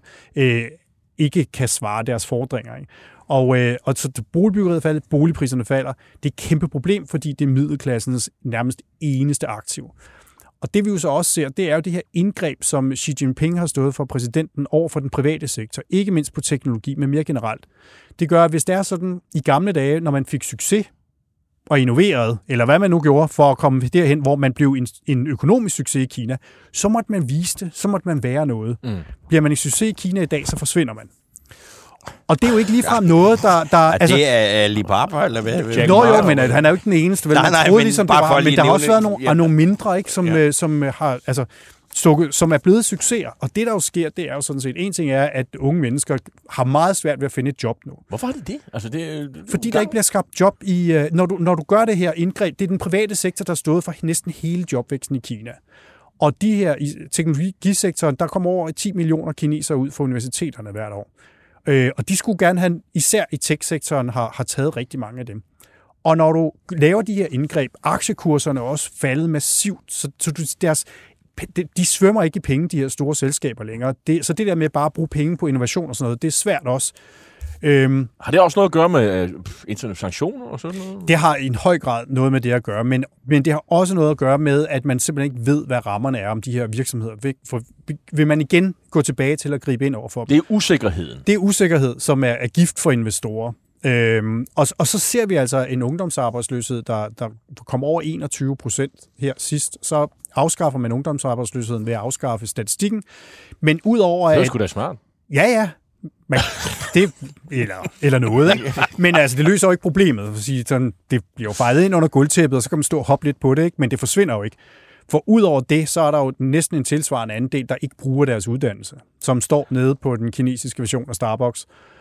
ikke kan svare deres fordringer. Ikke? Og så boligbyggeriet falder, boligpriserne falder. Det er et kæmpe problem, fordi det er middelklassens nærmest eneste aktiv. Og det vi jo så også ser, det er jo det her indgreb, som Xi Jinping har stået for præsidenten over for den private sektor, ikke mindst på teknologi, men mere generelt. Det gør, at hvis det er sådan i gamle dage, når man fik succes og innoverede, eller hvad man nu gjorde for at komme derhen, hvor man blev en økonomisk succes i Kina, så måtte man vise det, så måtte man være noget. Bliver man en succes i Kina i dag, så forsvinder man. Og det er jo ikke ligefrem noget, der altså, det er Alibaba, eller hvad? Jo, men han er jo ikke den eneste. Vel? Nej, men ligesom det var, men der har også været nogle mindre, ikke, som har, altså, som er blevet succeser. Og det, der jo sker, det er jo sådan set, en ting er, at unge mennesker har meget svært ved at finde et job nu. Hvorfor er det det? Altså, fordi der ikke bliver skabt job i... Når du gør det her indgreb, det er den private sektor, der har stået for næsten hele jobvæksten i Kina. Og de her i teknologisektoren, der kommer over 10 millioner kinesere ud fra universiteterne hvert år. Og de skulle gerne have, især i tech-sektoren, har taget rigtig mange af dem. Og når du laver de her indgreb, aktiekurserne er også faldet massivt, så de svømmer ikke i penge, de her store selskaber længere. Så det der med bare at bruge penge på innovation og sådan noget, det er svært også. Har det også noget at gøre med internationale sanktioner og sådan noget? Det har i en høj grad noget med det at gøre, men det har også noget at gøre med, at man simpelthen ikke ved, hvad rammerne er om de her virksomheder. Vil man igen gå tilbage til at gribe ind over for dem? Det er usikkerheden. Det er usikkerhed, som er gift for investorer. Og så ser vi altså en ungdomsarbejdsløshed, der kom over 21% her sidst. Så afskaffer man ungdomsarbejdsløsheden ved at afskaffe statistikken. Men udover det er sgu da smart. Ja. Men det, eller noget, ikke? Men altså, det løser jo ikke problemet. For sige, sådan, det bliver jo fejlet ind under gulvtæppet, og så kan man stå og hoppe lidt på det, ikke? Men det forsvinder jo ikke. For udover det, så er der jo næsten en tilsvarende andel, der ikke bruger deres uddannelse, som står nede på den kinesiske version af Starbucks.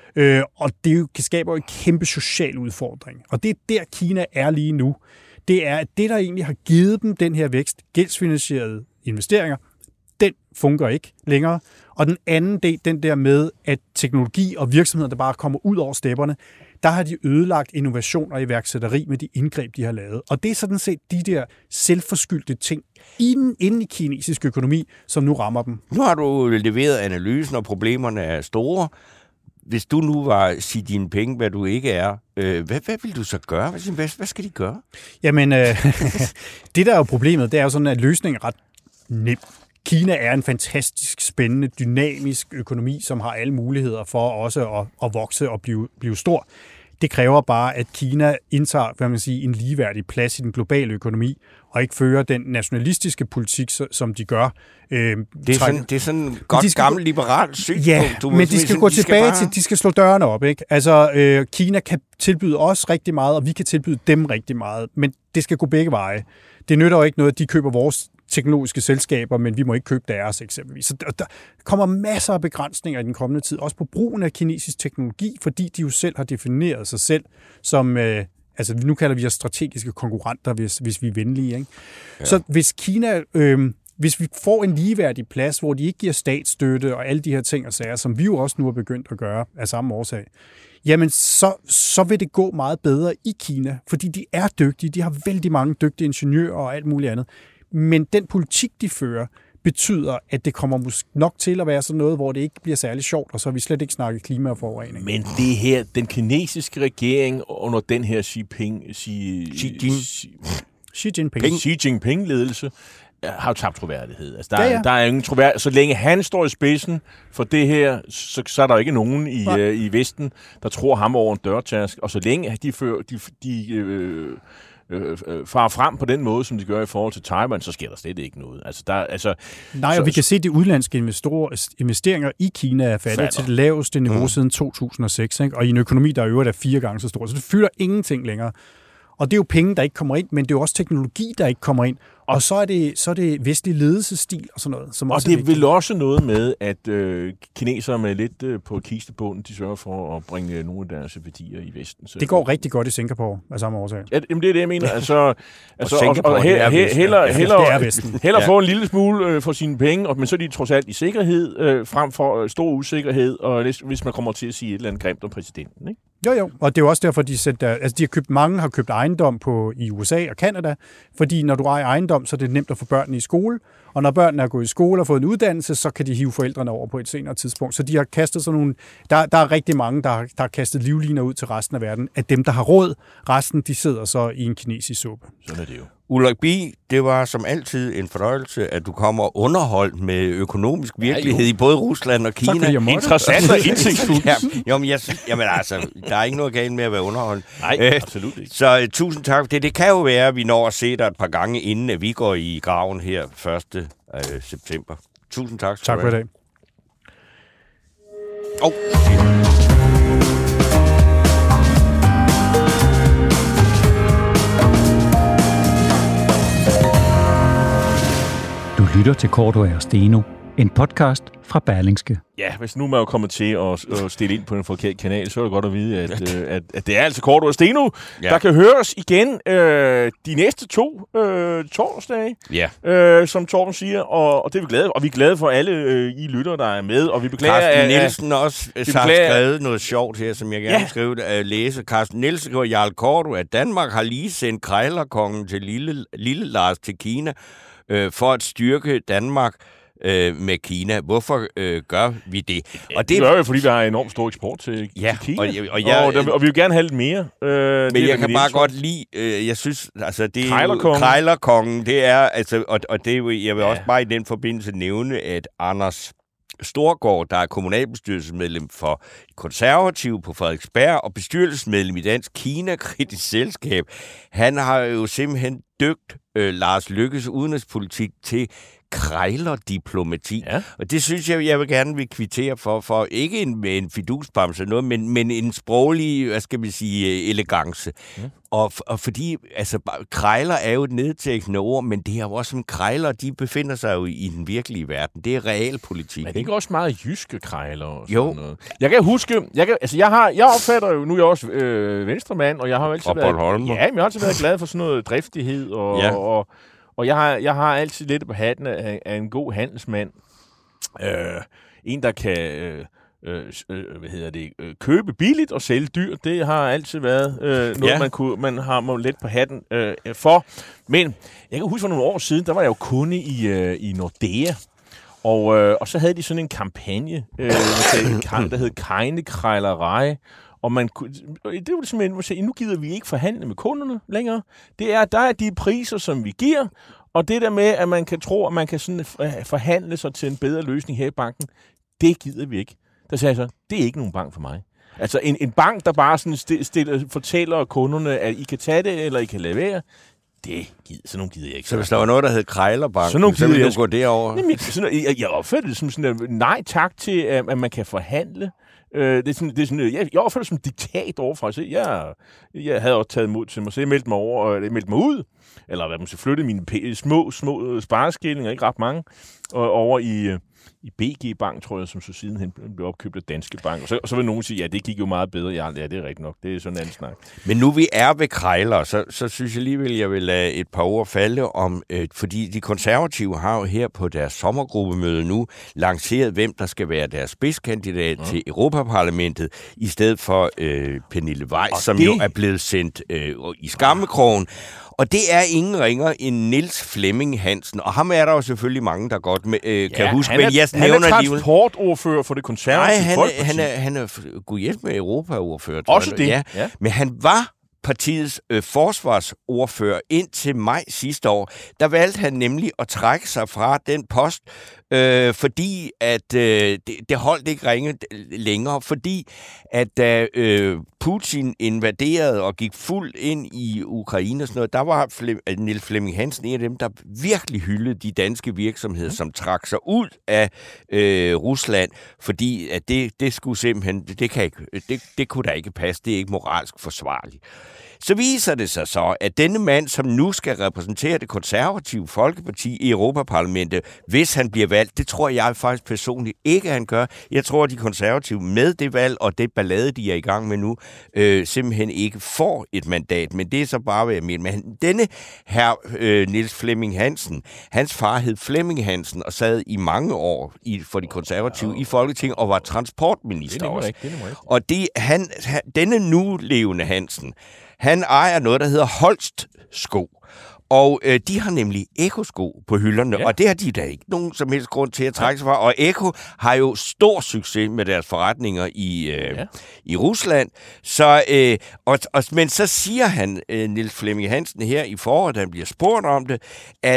Og det skaber jo en kæmpe social udfordring. Og det er der, Kina er lige nu. Det er, at det, der egentlig har givet dem den her vækst, gældsfinansierede investeringer, den fungerer ikke længere. Og den anden del, den der med, at teknologi og virksomheder, der bare kommer ud over stepperne, der har de ødelagt innovation og iværksætteri med de indgreb, de har lavet. Og det er sådan set de der selvforskyldte ting inden i kinesisk økonomi, som nu rammer dem. Nu har du leveret analysen, og problemerne er store. Hvis du nu var Xi Jinping, hvad du ikke er, hvad vil du så gøre? Hvad skal de gøre? Jamen, det der er jo problemet, det er jo sådan, at løsningen er ret nem. Kina er en fantastisk spændende, dynamisk økonomi, som har alle muligheder for også at vokse og blive stor. Det kræver bare, at Kina indtager, hvad man siger, en ligeværdig plads i den globale økonomi, og ikke fører den nationalistiske politik, som de gør. Det er sådan en godt gammel liberalt synspunkt. Ja, men de skal gå tilbage til, de skal slå dørene op, ikke? Altså, Kina kan tilbyde os rigtig meget, og vi kan tilbyde dem rigtig meget, men det skal gå begge veje. Det nytter jo ikke noget, at de køber vores teknologiske selskaber, men vi må ikke købe deres eksempelvis. Så der kommer masser af begrænsninger i den kommende tid, også på brugen af kinesisk teknologi, fordi de jo selv har defineret sig selv som, altså nu kalder vi os strategiske konkurrenter, hvis vi er venlige. Ikke? Ja. Så hvis Kina, hvis vi får en ligeværdig plads, hvor de ikke giver statsstøtte og alle de her ting og sager, som vi jo også nu har begyndt at gøre af samme årsag, jamen så vil det gå meget bedre i Kina, fordi de er dygtige, de har vældig mange dygtige ingeniører og alt muligt andet. Men den politik, de fører, betyder, at det kommer nok til at være sådan noget, hvor det ikke bliver særlig sjovt, og så har vi slet ikke snakket klima og forurening. Men det her, den kinesiske regering under den her Xi Jinping-ledelse, har jo tabt troværdighed. Altså, der er ingen troværdighed. Så længe han står i spidsen for det her, så er der ikke nogen i Vesten, der tror ham over en dørtask. Og så længe de farer frem på den måde, som de gør i forhold til Taiwan, så sker der slet ikke noget. Vi kan se, at de udenlandske investeringer i Kina er faldet til det laveste niveau siden 2006, ikke? Og i en økonomi, der i øvrigt er 4 gange så stor. Så det fylder ingenting længere. Og det er jo penge, der ikke kommer ind, men det er jo også teknologi, der ikke kommer ind. Og så er det vestlig ledelsesstil og sådan noget. Som og det er vel også noget med, at kinesere med lidt på kistebunden, de sørger for at bringe nogle af deres værdier i Vesten. Så det går rigtig godt i Singapore af samme årsag. Ja, det er det, jeg mener. Hellere få en lille smule for sine penge, men så er de trods alt i sikkerhed, frem for stor usikkerhed, og hvis man kommer til at sige et eller andet grimt om præsidenten, ikke? Jo, og det er jo også derfor, mange har købt ejendom i USA og Canada, fordi når du ejer ejendom, så er det nemt at få børnene i skole, og når børnene er gået i skole og fået en uddannelse, så kan de hive forældrene over på et senere tidspunkt. Så de har kastet sådan nogle, der er rigtig mange, der har kastet livliner ud til resten af verden, at dem, der har råd, resten, de sidder så i en kinesisk suppe. Sådan er det jo. Ulrik Bie, det var som altid en fornøjelse, at du kommer underholdt med økonomisk virkelighed i både Rusland og Kina. Interessant og indsigtsfuldt. Jamen altså, der er ikke noget galt med at være underholdt. Nej, absolut ikke. Så tusind tak for det. Det kan jo være, at vi når at se dig et par gange, inden at vi går i graven her 1. september. Tusind tak. Tak for i dag. Du lytter til Cordua og Steno, en podcast fra Berlingske. Ja, hvis nu man er kommet til at stille ind på en forkert kanal, så er det godt at vide, at det er altså Cordua og Steno, der kan høres igen de næste 2 torsdage, som Torben siger, og det er vi glade for. Og vi er glade for alle I lyttere, der er med, og vi beklager... Carsten Nielsen også har skrevet noget sjovt her, som jeg gerne vil skrive at læse. Carsten Nielsen skriver, Jarl Cordua, at Danmark har lige sendt Krejlerkongen til Lille Lars til Kina, for at styrke Danmark med Kina. Hvorfor gør vi det? Og det gør jo, fordi vi har enormt stor eksport til Kina. Og vi vil gerne have lidt mere. Men jeg kan bare godt lide, jeg synes, altså det er Krejlerkongen, det er, altså, og det er jo, jeg vil også bare i den forbindelse nævne, at Anders Storgård, der er kommunalbestyrelsesmedlem for Konservative på Frederiksberg og bestyrelsesmedlem i Dansk Kina-kritisk selskab, han har jo simpelthen døbt Lars Løkkes udenrigspolitik til krejlerdiplomati. Ja. Og det synes jeg vil gerne kvittere for ikke en fidusbamse noget, men en sproglig, hvad skal man sige, elegance. Ja. Og fordi, altså, krejler er jo et nedtækkende ord, men det er jo også som krejler, de befinder sig jo i den virkelige verden. Det er realpolitik. Men det er ikke også meget jyske krejler og sådan noget. Jeg kan huske, jeg opfatter jo, nu er jeg også venstremand, og jeg har jo altid været glad for sådan noget driftighed, og jeg har altid lidt på hatten af en god handelsmand. En, der kan købe billigt og sælge dyrt. Det har altid været noget, man har let på hatten for. Men jeg kan huske for nogle år siden, der var jeg jo kunde i Nordea. Og så havde de sådan en kampagne, der hed Kejnekrejlerei. Og det var simpelthen, nu gider vi ikke forhandle med kunderne længere. Der er de priser, som vi giver, og det der med, at man kan tro, at man kan sådan forhandle sig til en bedre løsning her i banken, det gider vi ikke. Der sagde jeg så, det er ikke nogen bank for mig. Altså en bank, der bare sådan fortæller kunderne, at I kan tage det, eller I kan lade være, sådan nogle gider jeg ikke. Så hvis der var noget, der hed Krejlerbank, så ville du gå derover? Jeg opfatter det som sådan en nej tak til, at man kan forhandle. Jeg opfatter det som diktat overfra. Så jeg havde også taget mod til mig, så jeg meldte mig ud, eller hvad man så flyttede mine små spareskillinger, ikke ret mange, over i BG Bank, tror jeg, som så sidenhen blev opkøbt af Danske Bank. Og så vil nogen sige, ja, det gik jo meget bedre. Ja, det er rigtigt nok. Det er sådan en anden snak. Men nu vi er ved krejler, så synes jeg alligevel, jeg vil lade et par ord falde om, fordi de konservative har jo her på deres sommergruppemøde nu lanceret, hvem der skal være deres spidskandidat til Europaparlamentet, i stedet for Pernille Weiss, som jo er blevet sendt i skammekrogen. Og det er ingen ringer end Niels Flemming Hansen, og ham er der jo selvfølgelig mange, der godt kan huske. Han er transportordfører for det konservative Folkeparti. Han er gud hjælp med Europaordfører. Også det, ja. Men han var partiets forsvarsordfører indtil maj sidste år. Der valgte han nemlig at trække sig fra den post, fordi at det holdt ikke ringe længere, fordi at da Putin invaderede og gik fuldt ind i Ukraine og sådan noget, der var Niels Flemming Hansen en af dem, der virkelig hyldede de danske virksomheder, som trak sig ud af Rusland, fordi at det skulle simpelthen, det kunne da ikke passe, det er ikke moralsk forsvarligt. Så viser det sig så, at denne mand, som nu skal repræsentere det konservative Folkeparti i Europaparlamentet, hvis han bliver valgt, det tror jeg faktisk personligt ikke, han gør. Jeg tror, at de konservative med det valg og det ballade, de er i gang med nu, simpelthen ikke får et mandat. Men det er så bare, hvad jeg mener. Men denne her Niels Flemming Hansen, hans far hed Flemming Hansen og sad i mange år for de konservative i Folketinget og var transportminister også. Og denne nu levende Hansen, han ejer noget, der hedder Holst Sko. Og de har nemlig Eko-sko på hylderne, og det har de da ikke nogen som helst grund til at trække sig fra. Og Eko har jo stor succes med deres forretninger i Rusland. Så, men så siger han, Niels Flemming Hansen her i foråret, da han bliver spurgt om det,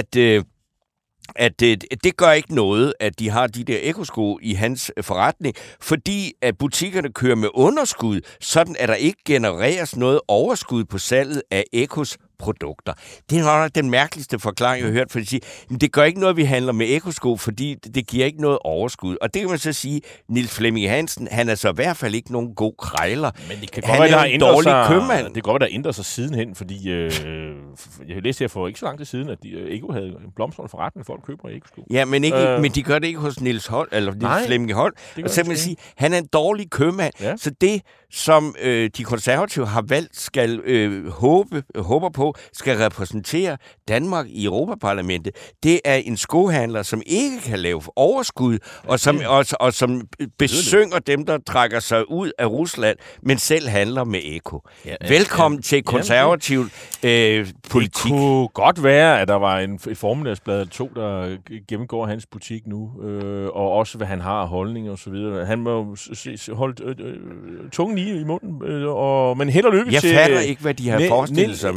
at det gør ikke noget, at de har de der Eko-sko i hans forretning, fordi at butikkerne kører med underskud, sådan at der ikke genereres noget overskud på salget af Ekos produkter. Det er nok den mærkeligste forklaring, jeg har hørt, for at sige, det gør ikke noget, vi handler med Eko-sko, fordi det giver ikke noget overskud. Og det kan man så sige, Niels Flemming Hansen, han er så i hvert fald ikke nogen god krejler. Men det kan godt være, en dårlig købmand. Det kan godt være, der ændrer sig sidenhen, fordi jeg læste her for ikke så lang tid siden, at Eko havde en blomstrende forretning, folk køber Eko-sko. Ja, men de gør det ikke hos Niels Flemming Holt. Og så kan man sige, han er en dårlig købmand. Ja. Så det, som de konservative har valgt, skal håber på, skal repræsentere Danmark i Europaparlamentet, det er en skohandler, som ikke kan lave overskud, og som besynger dem, der trækker sig ud af Rusland, men selv handler med Eko. Velkommen til konservativ politik. Det kunne godt være, at der var et formiddagsblad eller to, der gennemgår hans butik nu, og også hvad han har af holdninger og så videre. Han må holde tungen i munden, men held og lykke til... Jeg fatter ikke, hvad de har forestillet sig med ham.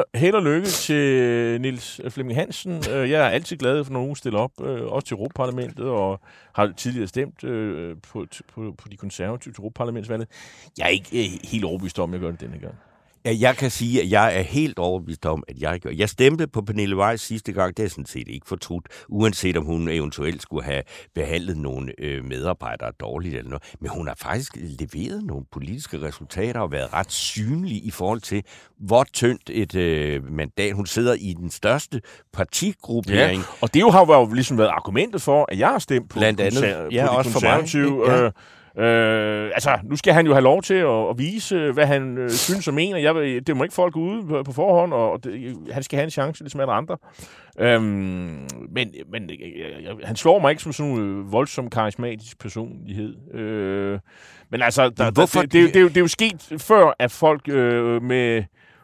held og lykke til Niels Flemming Hansen. Jeg er altid glad for, når nogen stiller op, også til Europaparlamentet, og har tidligere stemt på de konservative til Europaparlamentsvalget. Jeg er ikke helt overbevist om, at jeg gør det denne gang. Ja, jeg kan sige, at jeg er helt overbevist om, at jeg gør. Jeg stemte på Pernille Weiss sidste gang, det er sådan set ikke fortrudt, uanset om hun eventuelt skulle have behandlet nogle medarbejdere dårligt eller noget. Men hun har faktisk leveret nogle politiske resultater og været ret synlig i forhold til, hvor tyndt et mandat. Hun sidder i den største partigruppering. Ja, og det har jo ligesom været argumentet for, at jeg har stemt på blandt andet, de konservative. Ja. Nu skal han jo have lov til at vise, hvad han synes og mener. Det må ikke folk ude på forhånd, og han skal have en chance, ligesom alle andre. Men han slår mig ikke som sådan en voldsom karismatisk personlighed. Men altså, det er jo sket før, at folk med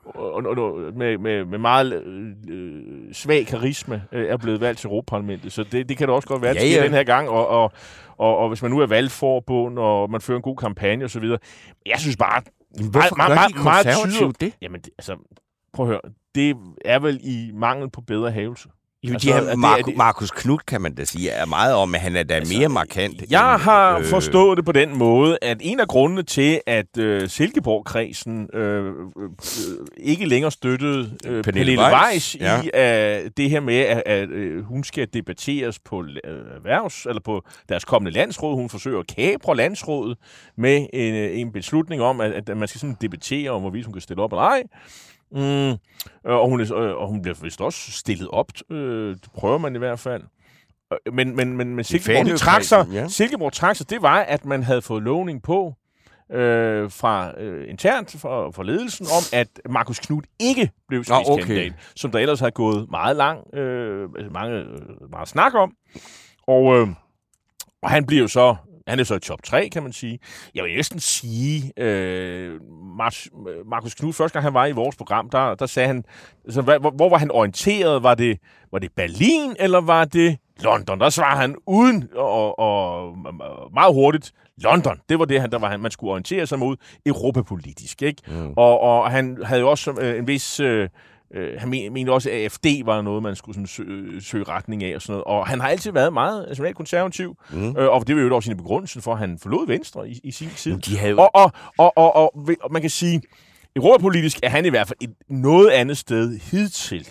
meget svag karisma er blevet valgt til Europaparlamentet. Så det kan da også godt være, at det sker den her gang, og hvis man nu er valgforbund, og man fører en god kampagne osv. Jeg synes bare, meget tyder det. Jamen, prøv at høre. Det er vel i mangel på bedre havelse. Marcus Knuth, kan man da sige, er meget om, at han er da mere markant. Jeg har forstået det på den måde, at en af grundene til, at Silkeborg-kredsen ikke længere støttede Pernille Weiss i det her med, at hun skal debatteres på eller på deres kommende landsråd. Hun forsøger at kapre landsrådet med en beslutning om, at man skal sådan debattere om, hvorvidt hun kan stille op eller ej. Og hun bliver vist også stillet op. Det prøver man i hvert fald. Men Silkeborg trak sig, det var, at man havde fået lovning på fra internt fra ledelsen om, at Marcus Knuth ikke blev spidskandidat, som der ellers havde gået meget meget snak om. Og han bliver jo så han er så i top 3, kan man sige. Jeg vil næsten sige, Marcus Knuth, første gang han var i vores program, der sagde han, altså, hvor var han orienteret? Var det Berlin, eller var det London? Der svarede han uden og meget hurtigt, London. Det var det, man skulle orientere sig mod europapolitisk, ikke? Og han havde jo også en vis... han mente også, at AFD var noget, man skulle sådan søge retning af og sådan noget. Og han har altid været meget nationalt konservativ. Og det var jo også en begrundelse for, at han forlod Venstre i sin tid. Og man kan sige, europapolitisk er han i hvert fald et noget andet sted hidtil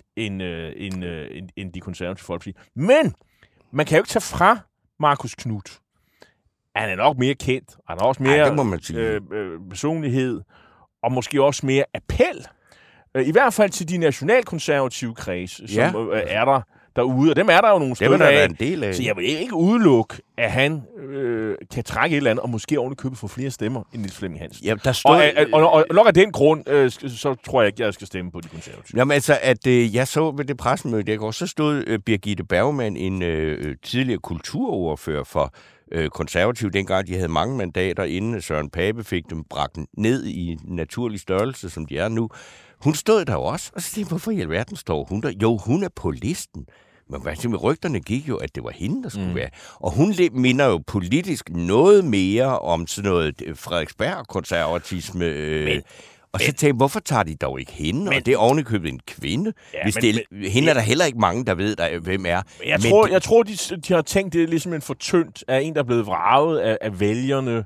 end de konservative folkeparti. Men man kan jo ikke tage fra Marcus Knuth. Han er nok mere kendt. Han har også mere personlighed. Og måske også mere appel. I hvert fald til de nationalkonservative kreds, som er der derude. Og dem er der jo nogle stykker af. Så jeg vil ikke udelukke, at han kan trække et eller andet, og måske ovenikøbet få flere stemmer end Niels Flemming Hansen. Ja, og nok af den grund, så tror jeg ikke, jeg skal stemme på de konservative. Jamen altså, at jeg så ved det pressemøde i går, så stod Birgitte Bergman, en tidligere kulturordfører for konservative, dengang de havde mange mandater, inden Søren Pape fik dem bragt ned i naturlig størrelse, som de er nu. Hun stod der jo også, og så tænkte, hvorfor i alverden står hun der? Jo, hun er på listen. Men rygterne gik jo, at det var hende, der skulle være. Og hun minder jo politisk noget mere om sådan noget Frederiksberg-konservatisme. Og så tænkte jeg, hvorfor tager de dog ikke hende? Og det er ovenikøbet en kvinde. Hende er der heller ikke mange, der ved, hvem er. Jeg tror, de har tænkt, det er ligesom en for tyndt af en, der er blevet vraget af vælgerne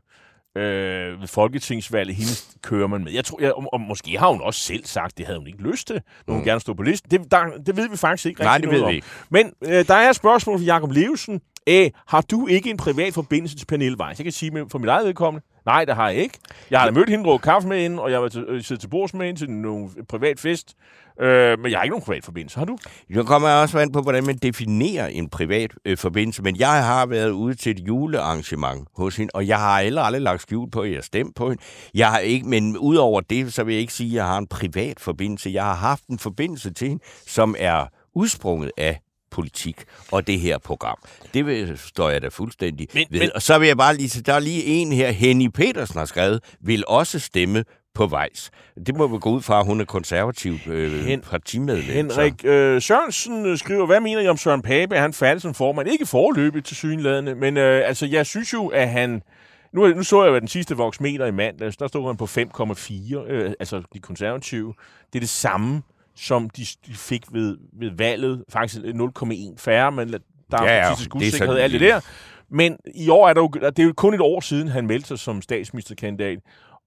ved folketingsvalget. Hende kører man med. Jeg tror, og måske har hun også selv sagt, det havde hun ikke lyst til, når hun gerne stod på listen. Det ved vi faktisk ikke rigtig. Nej, det ved vi ikke. Men der er et spørgsmål fra Jakob Levesen. Har du ikke en privat forbindelse til Pernille Weiss? Jeg kan sige for mit eget vedkommende, nej, det har jeg ikke. Jeg har da mødt hende, drukket kaffe med hende, og jeg var siddet til bords med hende til en privat fest. Men jeg har ikke nogen privat forbindelse. Har du? Jeg kommer også an på, hvordan man definerer en privat forbindelse. Men jeg har været ude til et julearrangement hos hende, og jeg har aldrig lagt skjul på, at jeg stemte på hende. Jeg har ikke, men udover det, så vil jeg ikke sige, at jeg har en privat forbindelse. Jeg har haft en forbindelse til hende, som er udsprunget af politik og det her program. Det står jeg da fuldstændig ved. Og så vil jeg bare lige, der er lige en her, Henny Petersen har skrevet, vil også stemme på Weiss. Det må vi gå ud fra, at hun er konservativ partimedlem. Henrik Sørensen skriver, hvad mener I om Søren Pape? Er han færdig som formand? Ikke foreløbigt til synlædende, men jeg synes jo, at han... Nu så jeg jo, at den sidste voksmeter i mandags, der stod han på 5,4, altså de konservative. Det er det samme som de fik ved valget. Faktisk 0,1 færre, men der er politisk usikkerhed alt det der. Men i år det er jo kun et år siden, han meldte sig som statsministerkandidat.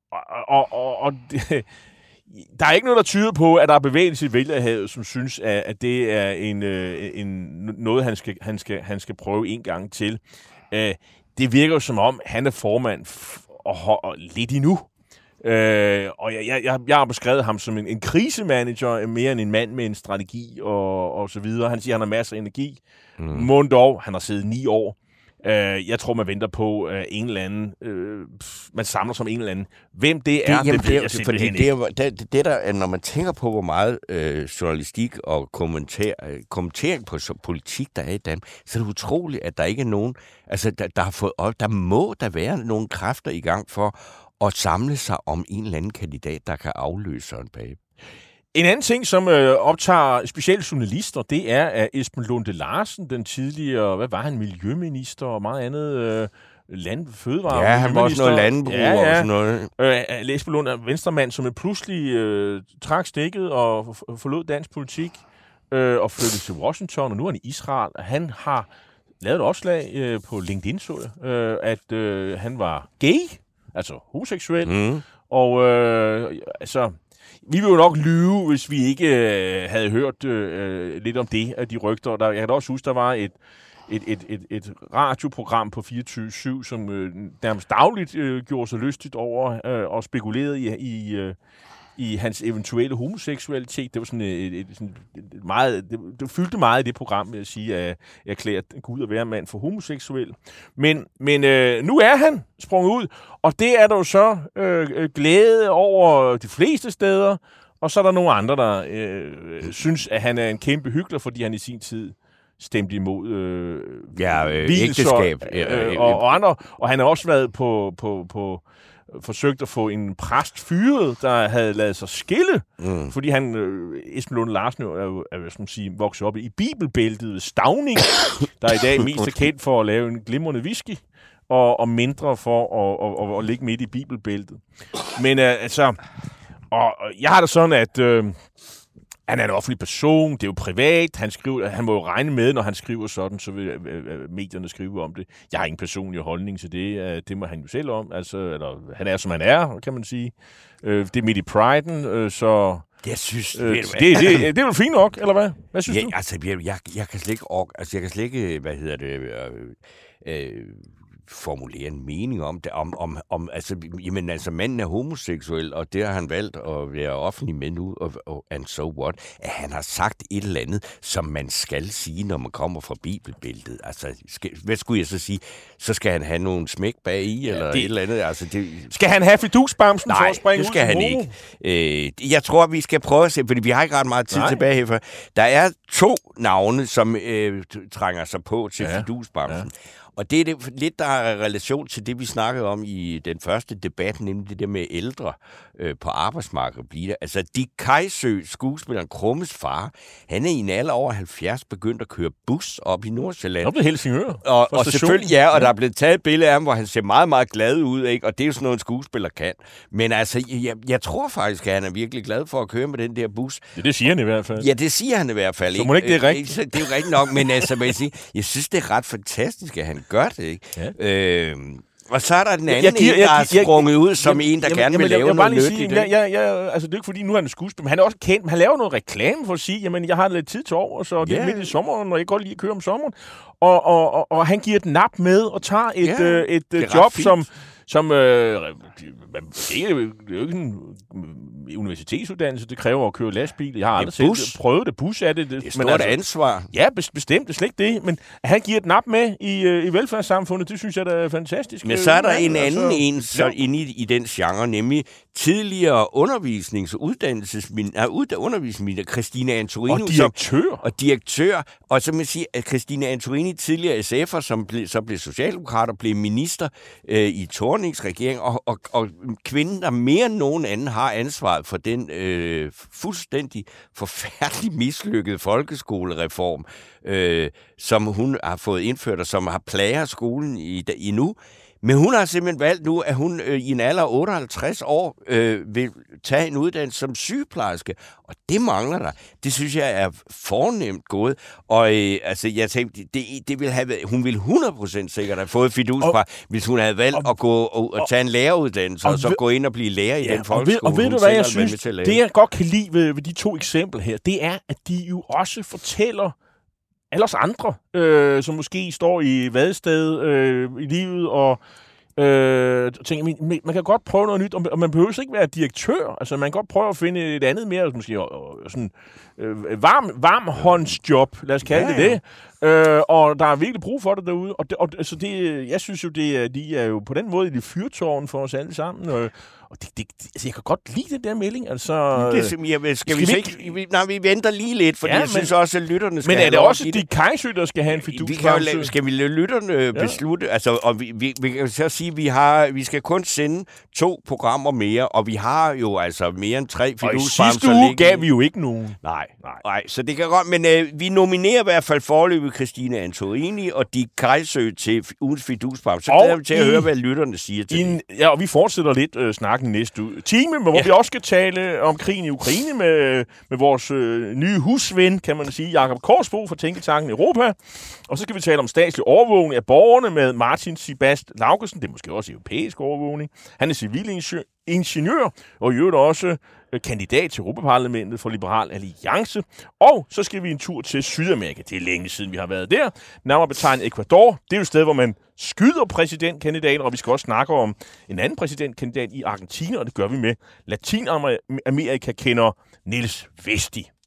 Og der er ikke noget, der tyder på, at der er bevægelse i vælgerhavet, som synes, at det er noget, han skal prøve en gang til. Det virker jo som om, han er formand og lidt endnu. Og jeg har beskrevet ham som en krisemanager, mere end en mand med en strategi og så videre. Han siger, at han har masser af energi. Måned dog, han har siddet 9 år. Jeg tror, man venter på en eller anden... man samler som en eller anden. Hvem det er, det ved jeg simpelthen ikke. Det der, når man tænker på, hvor meget journalistik og kommentering på politik, der er i Danmark, så er det utroligt, at der ikke er nogen... Altså, der har fået op. Der må der være nogle kræfter i gang for at samle sig om en eller anden kandidat, der kan afløse Søren Pape. En anden ting, som optager specielt journalister, det er, at Esben Lunde Larsen, den tidligere, hvad var han, miljøminister og meget andet fødevare. Ja, han var også noget landbrug og sådan noget. Esben Lunde er venstremand, som pludselig trak stikket og forlod dansk politik og flyttede til Washington, og nu er han i Israel. Han har lavet et opslag på LinkedIn, så at han var gay, altså homoseksuel, og altså... Vi vil jo nok lyve, hvis vi ikke havde hørt lidt om det, af de rygter. Jeg kan da også huske, der var et radioprogram på 24/7, som nærmest dagligt gjorde sig lystigt over og spekulerede i hans eventuelle homoseksualitet. Det var sådan det fyldte meget i det program, vil jeg sige, at jeg erklærte Gud at være mand for homoseksuel. Men nu er han sprunget ud, og det er der jo så glæde over de fleste steder, og så er der nogle andre, der synes, at han er en kæmpe hykler, fordi han i sin tid stemte imod ægteskab og andre, og han har også været på forsøgt at få en præst fyret, der havde ladet sig skille, fordi han, Esben Lunde Larsen, er vokset op i Bibelbæltet ved Stauning, der i dag mest er kendt for at lave en glimrende whisky, og mindre for at ligge midt i Bibelbæltet. Men og jeg har det sådan, at han er en offentlig person, det er jo privat, han må jo regne med, når han skriver sådan, så vil medierne skrive om det. Jeg har ingen personlig holdning til det, det må han jo selv om, eller han er, som han er, kan man sige. Det er midt i priden, så... Jeg synes... det er jo fint nok, eller hvad? Hvad synes du? Altså, jeg kan slet ikke, formulere en mening om det, altså manden er homoseksuel, og det har han valgt at være offentlig med nu, and so what, at han har sagt et eller andet, som man skal sige, når man kommer fra Bibelbæltet. Altså, hvad skulle jeg så sige? Så skal han have nogle smæk bag i, eller et eller andet? Altså, skal han have fidusbamsen for at springe ud? Nej, det skal han ikke. Jeg tror, vi skal prøve at se, fordi vi har ikke ret meget tid tilbage herfra. Der er 2 navne, som trænger sig på til fidusbamsen. Og det er lidt, der er relation til det, vi snakkede om i den første debat, nemlig det der med ældre på arbejdsmarkedet. Altså, Dick Kajsø, skuespilleren Krummes far, han er i en alder over 70 begyndt at køre bus op i Nordsjælland. Op i Helsingør. Og selvfølgelig, og der er blevet taget et billede af ham, hvor han ser meget, meget glad ud, ikke? Og det er jo sådan noget, en skuespiller kan. Men altså, jeg tror faktisk, at han er virkelig glad for at køre med den der bus. Det siger han i hvert fald. Ja, det siger han i hvert fald. Så må ikke det er rigtigt. Det er jo rigtigt nok, men altså, jeg synes, det er ret fantastisk, at han gør det, ikke? Ja. Og så er der den anden der er sprunget ud som en, der gerne vil lave noget nyttigt. Altså, det er ikke fordi, nu er han skuespiller, men han er også kendt. Han laver noget reklame for at sige, jamen, jeg har lidt tid til over, så det er midt i sommeren, og jeg kan godt lide at køre om sommeren. Og han giver et nap med og tager et job, som det er jo ikke en universitetsuddannelse, det kræver at køre lastbil. Jeg har aldrig selv prøvet det. Bus er det. Det er stort ansvar. Ja, bestemt. Det er slet ikke det. Men at han giver et nap med i velfærdssamfundet, det synes jeg, der er fantastisk. Men så er der en anden inde i den genre, nemlig tidligere undervisningsminister Christina Antorini. Og direktør. Og så man sige, at Christina Antorini, tidligere SF'er, som så blev socialdemokrater, blev minister i Thornings regering, og kvinden, der mere end nogen anden har ansvaret for den fuldstændig forfærdelig mislykkede folkeskolereform, som hun har fået indført, og som har plaget skolen endnu. Men hun har simpelthen valgt nu, at hun i en alder af 58 år vil tage en uddannelse som sygeplejerske, og det mangler der. Det synes jeg er fornemt gået, og jeg tænkte, det ville have været, hun ville 100% sikkert have fået fidusbar, hvis hun havde valgt at gå og tage en læreruddannelse, og så gå ind og blive lærer i den folkeskole. Og ved du hvad, jeg synes, det jeg godt kan lide ved de to eksempler her, det er, at de jo også fortæller alle os andre, som måske står i vadested i livet, og tænker, man kan godt prøve noget nyt, og man behøver ikke være direktør. Altså, man kan godt prøve at finde et andet mere, måske sådan varmhåndsjob, lad os kalde det. Og der er virkelig brug for det derude. Så jeg synes jo, de er jo på den måde i det fyrtårn for os alle sammen. Og altså, jeg kan godt lide den der melding. Altså, vi venter lige lidt, for jeg synes også, at lytterne skal have. Men er det også de Kajsø, der skal have en fidusbamse? Skal vi lade lytterne beslutte? Altså, og vi kan så sige, at vi skal kun sende 2 programmer mere, og vi har jo altså mere end 3 fidusbamser. Og i sidste uge gav vi jo ikke nogen. Nej, så det kan godt. Men vi nominerer i hvert fald foreløbig Christine Antorini og de Kajsø til ugens fidusbamse. Så glæder vi til at høre, hvad lytterne siger til det. Ja, og vi fortsætter lidt snakken næste time, hvor vi også skal tale om krigen i Ukraine med vores nye husven, kan man sige, Jakob Korsbo fra Tænketanken Europa. Og så skal vi tale om statslig overvågning af borgerne med Martin Sibast Laugesen. Det er måske også europæisk overvågning. Han er civilingeniør, og i øvrigt også kandidat til Europaparlamentet for Liberal Alliance. Og så skal vi en tur til Sydamerika. Det er længe siden, vi har været der. Nærmere betegnet Ecuador. Det er jo et sted, hvor man skyder præsidentkandidater, og vi skal også snakke om en anden præsidentkandidat i Argentina, og det gør vi med Latinamerika-kender Niels Vesti.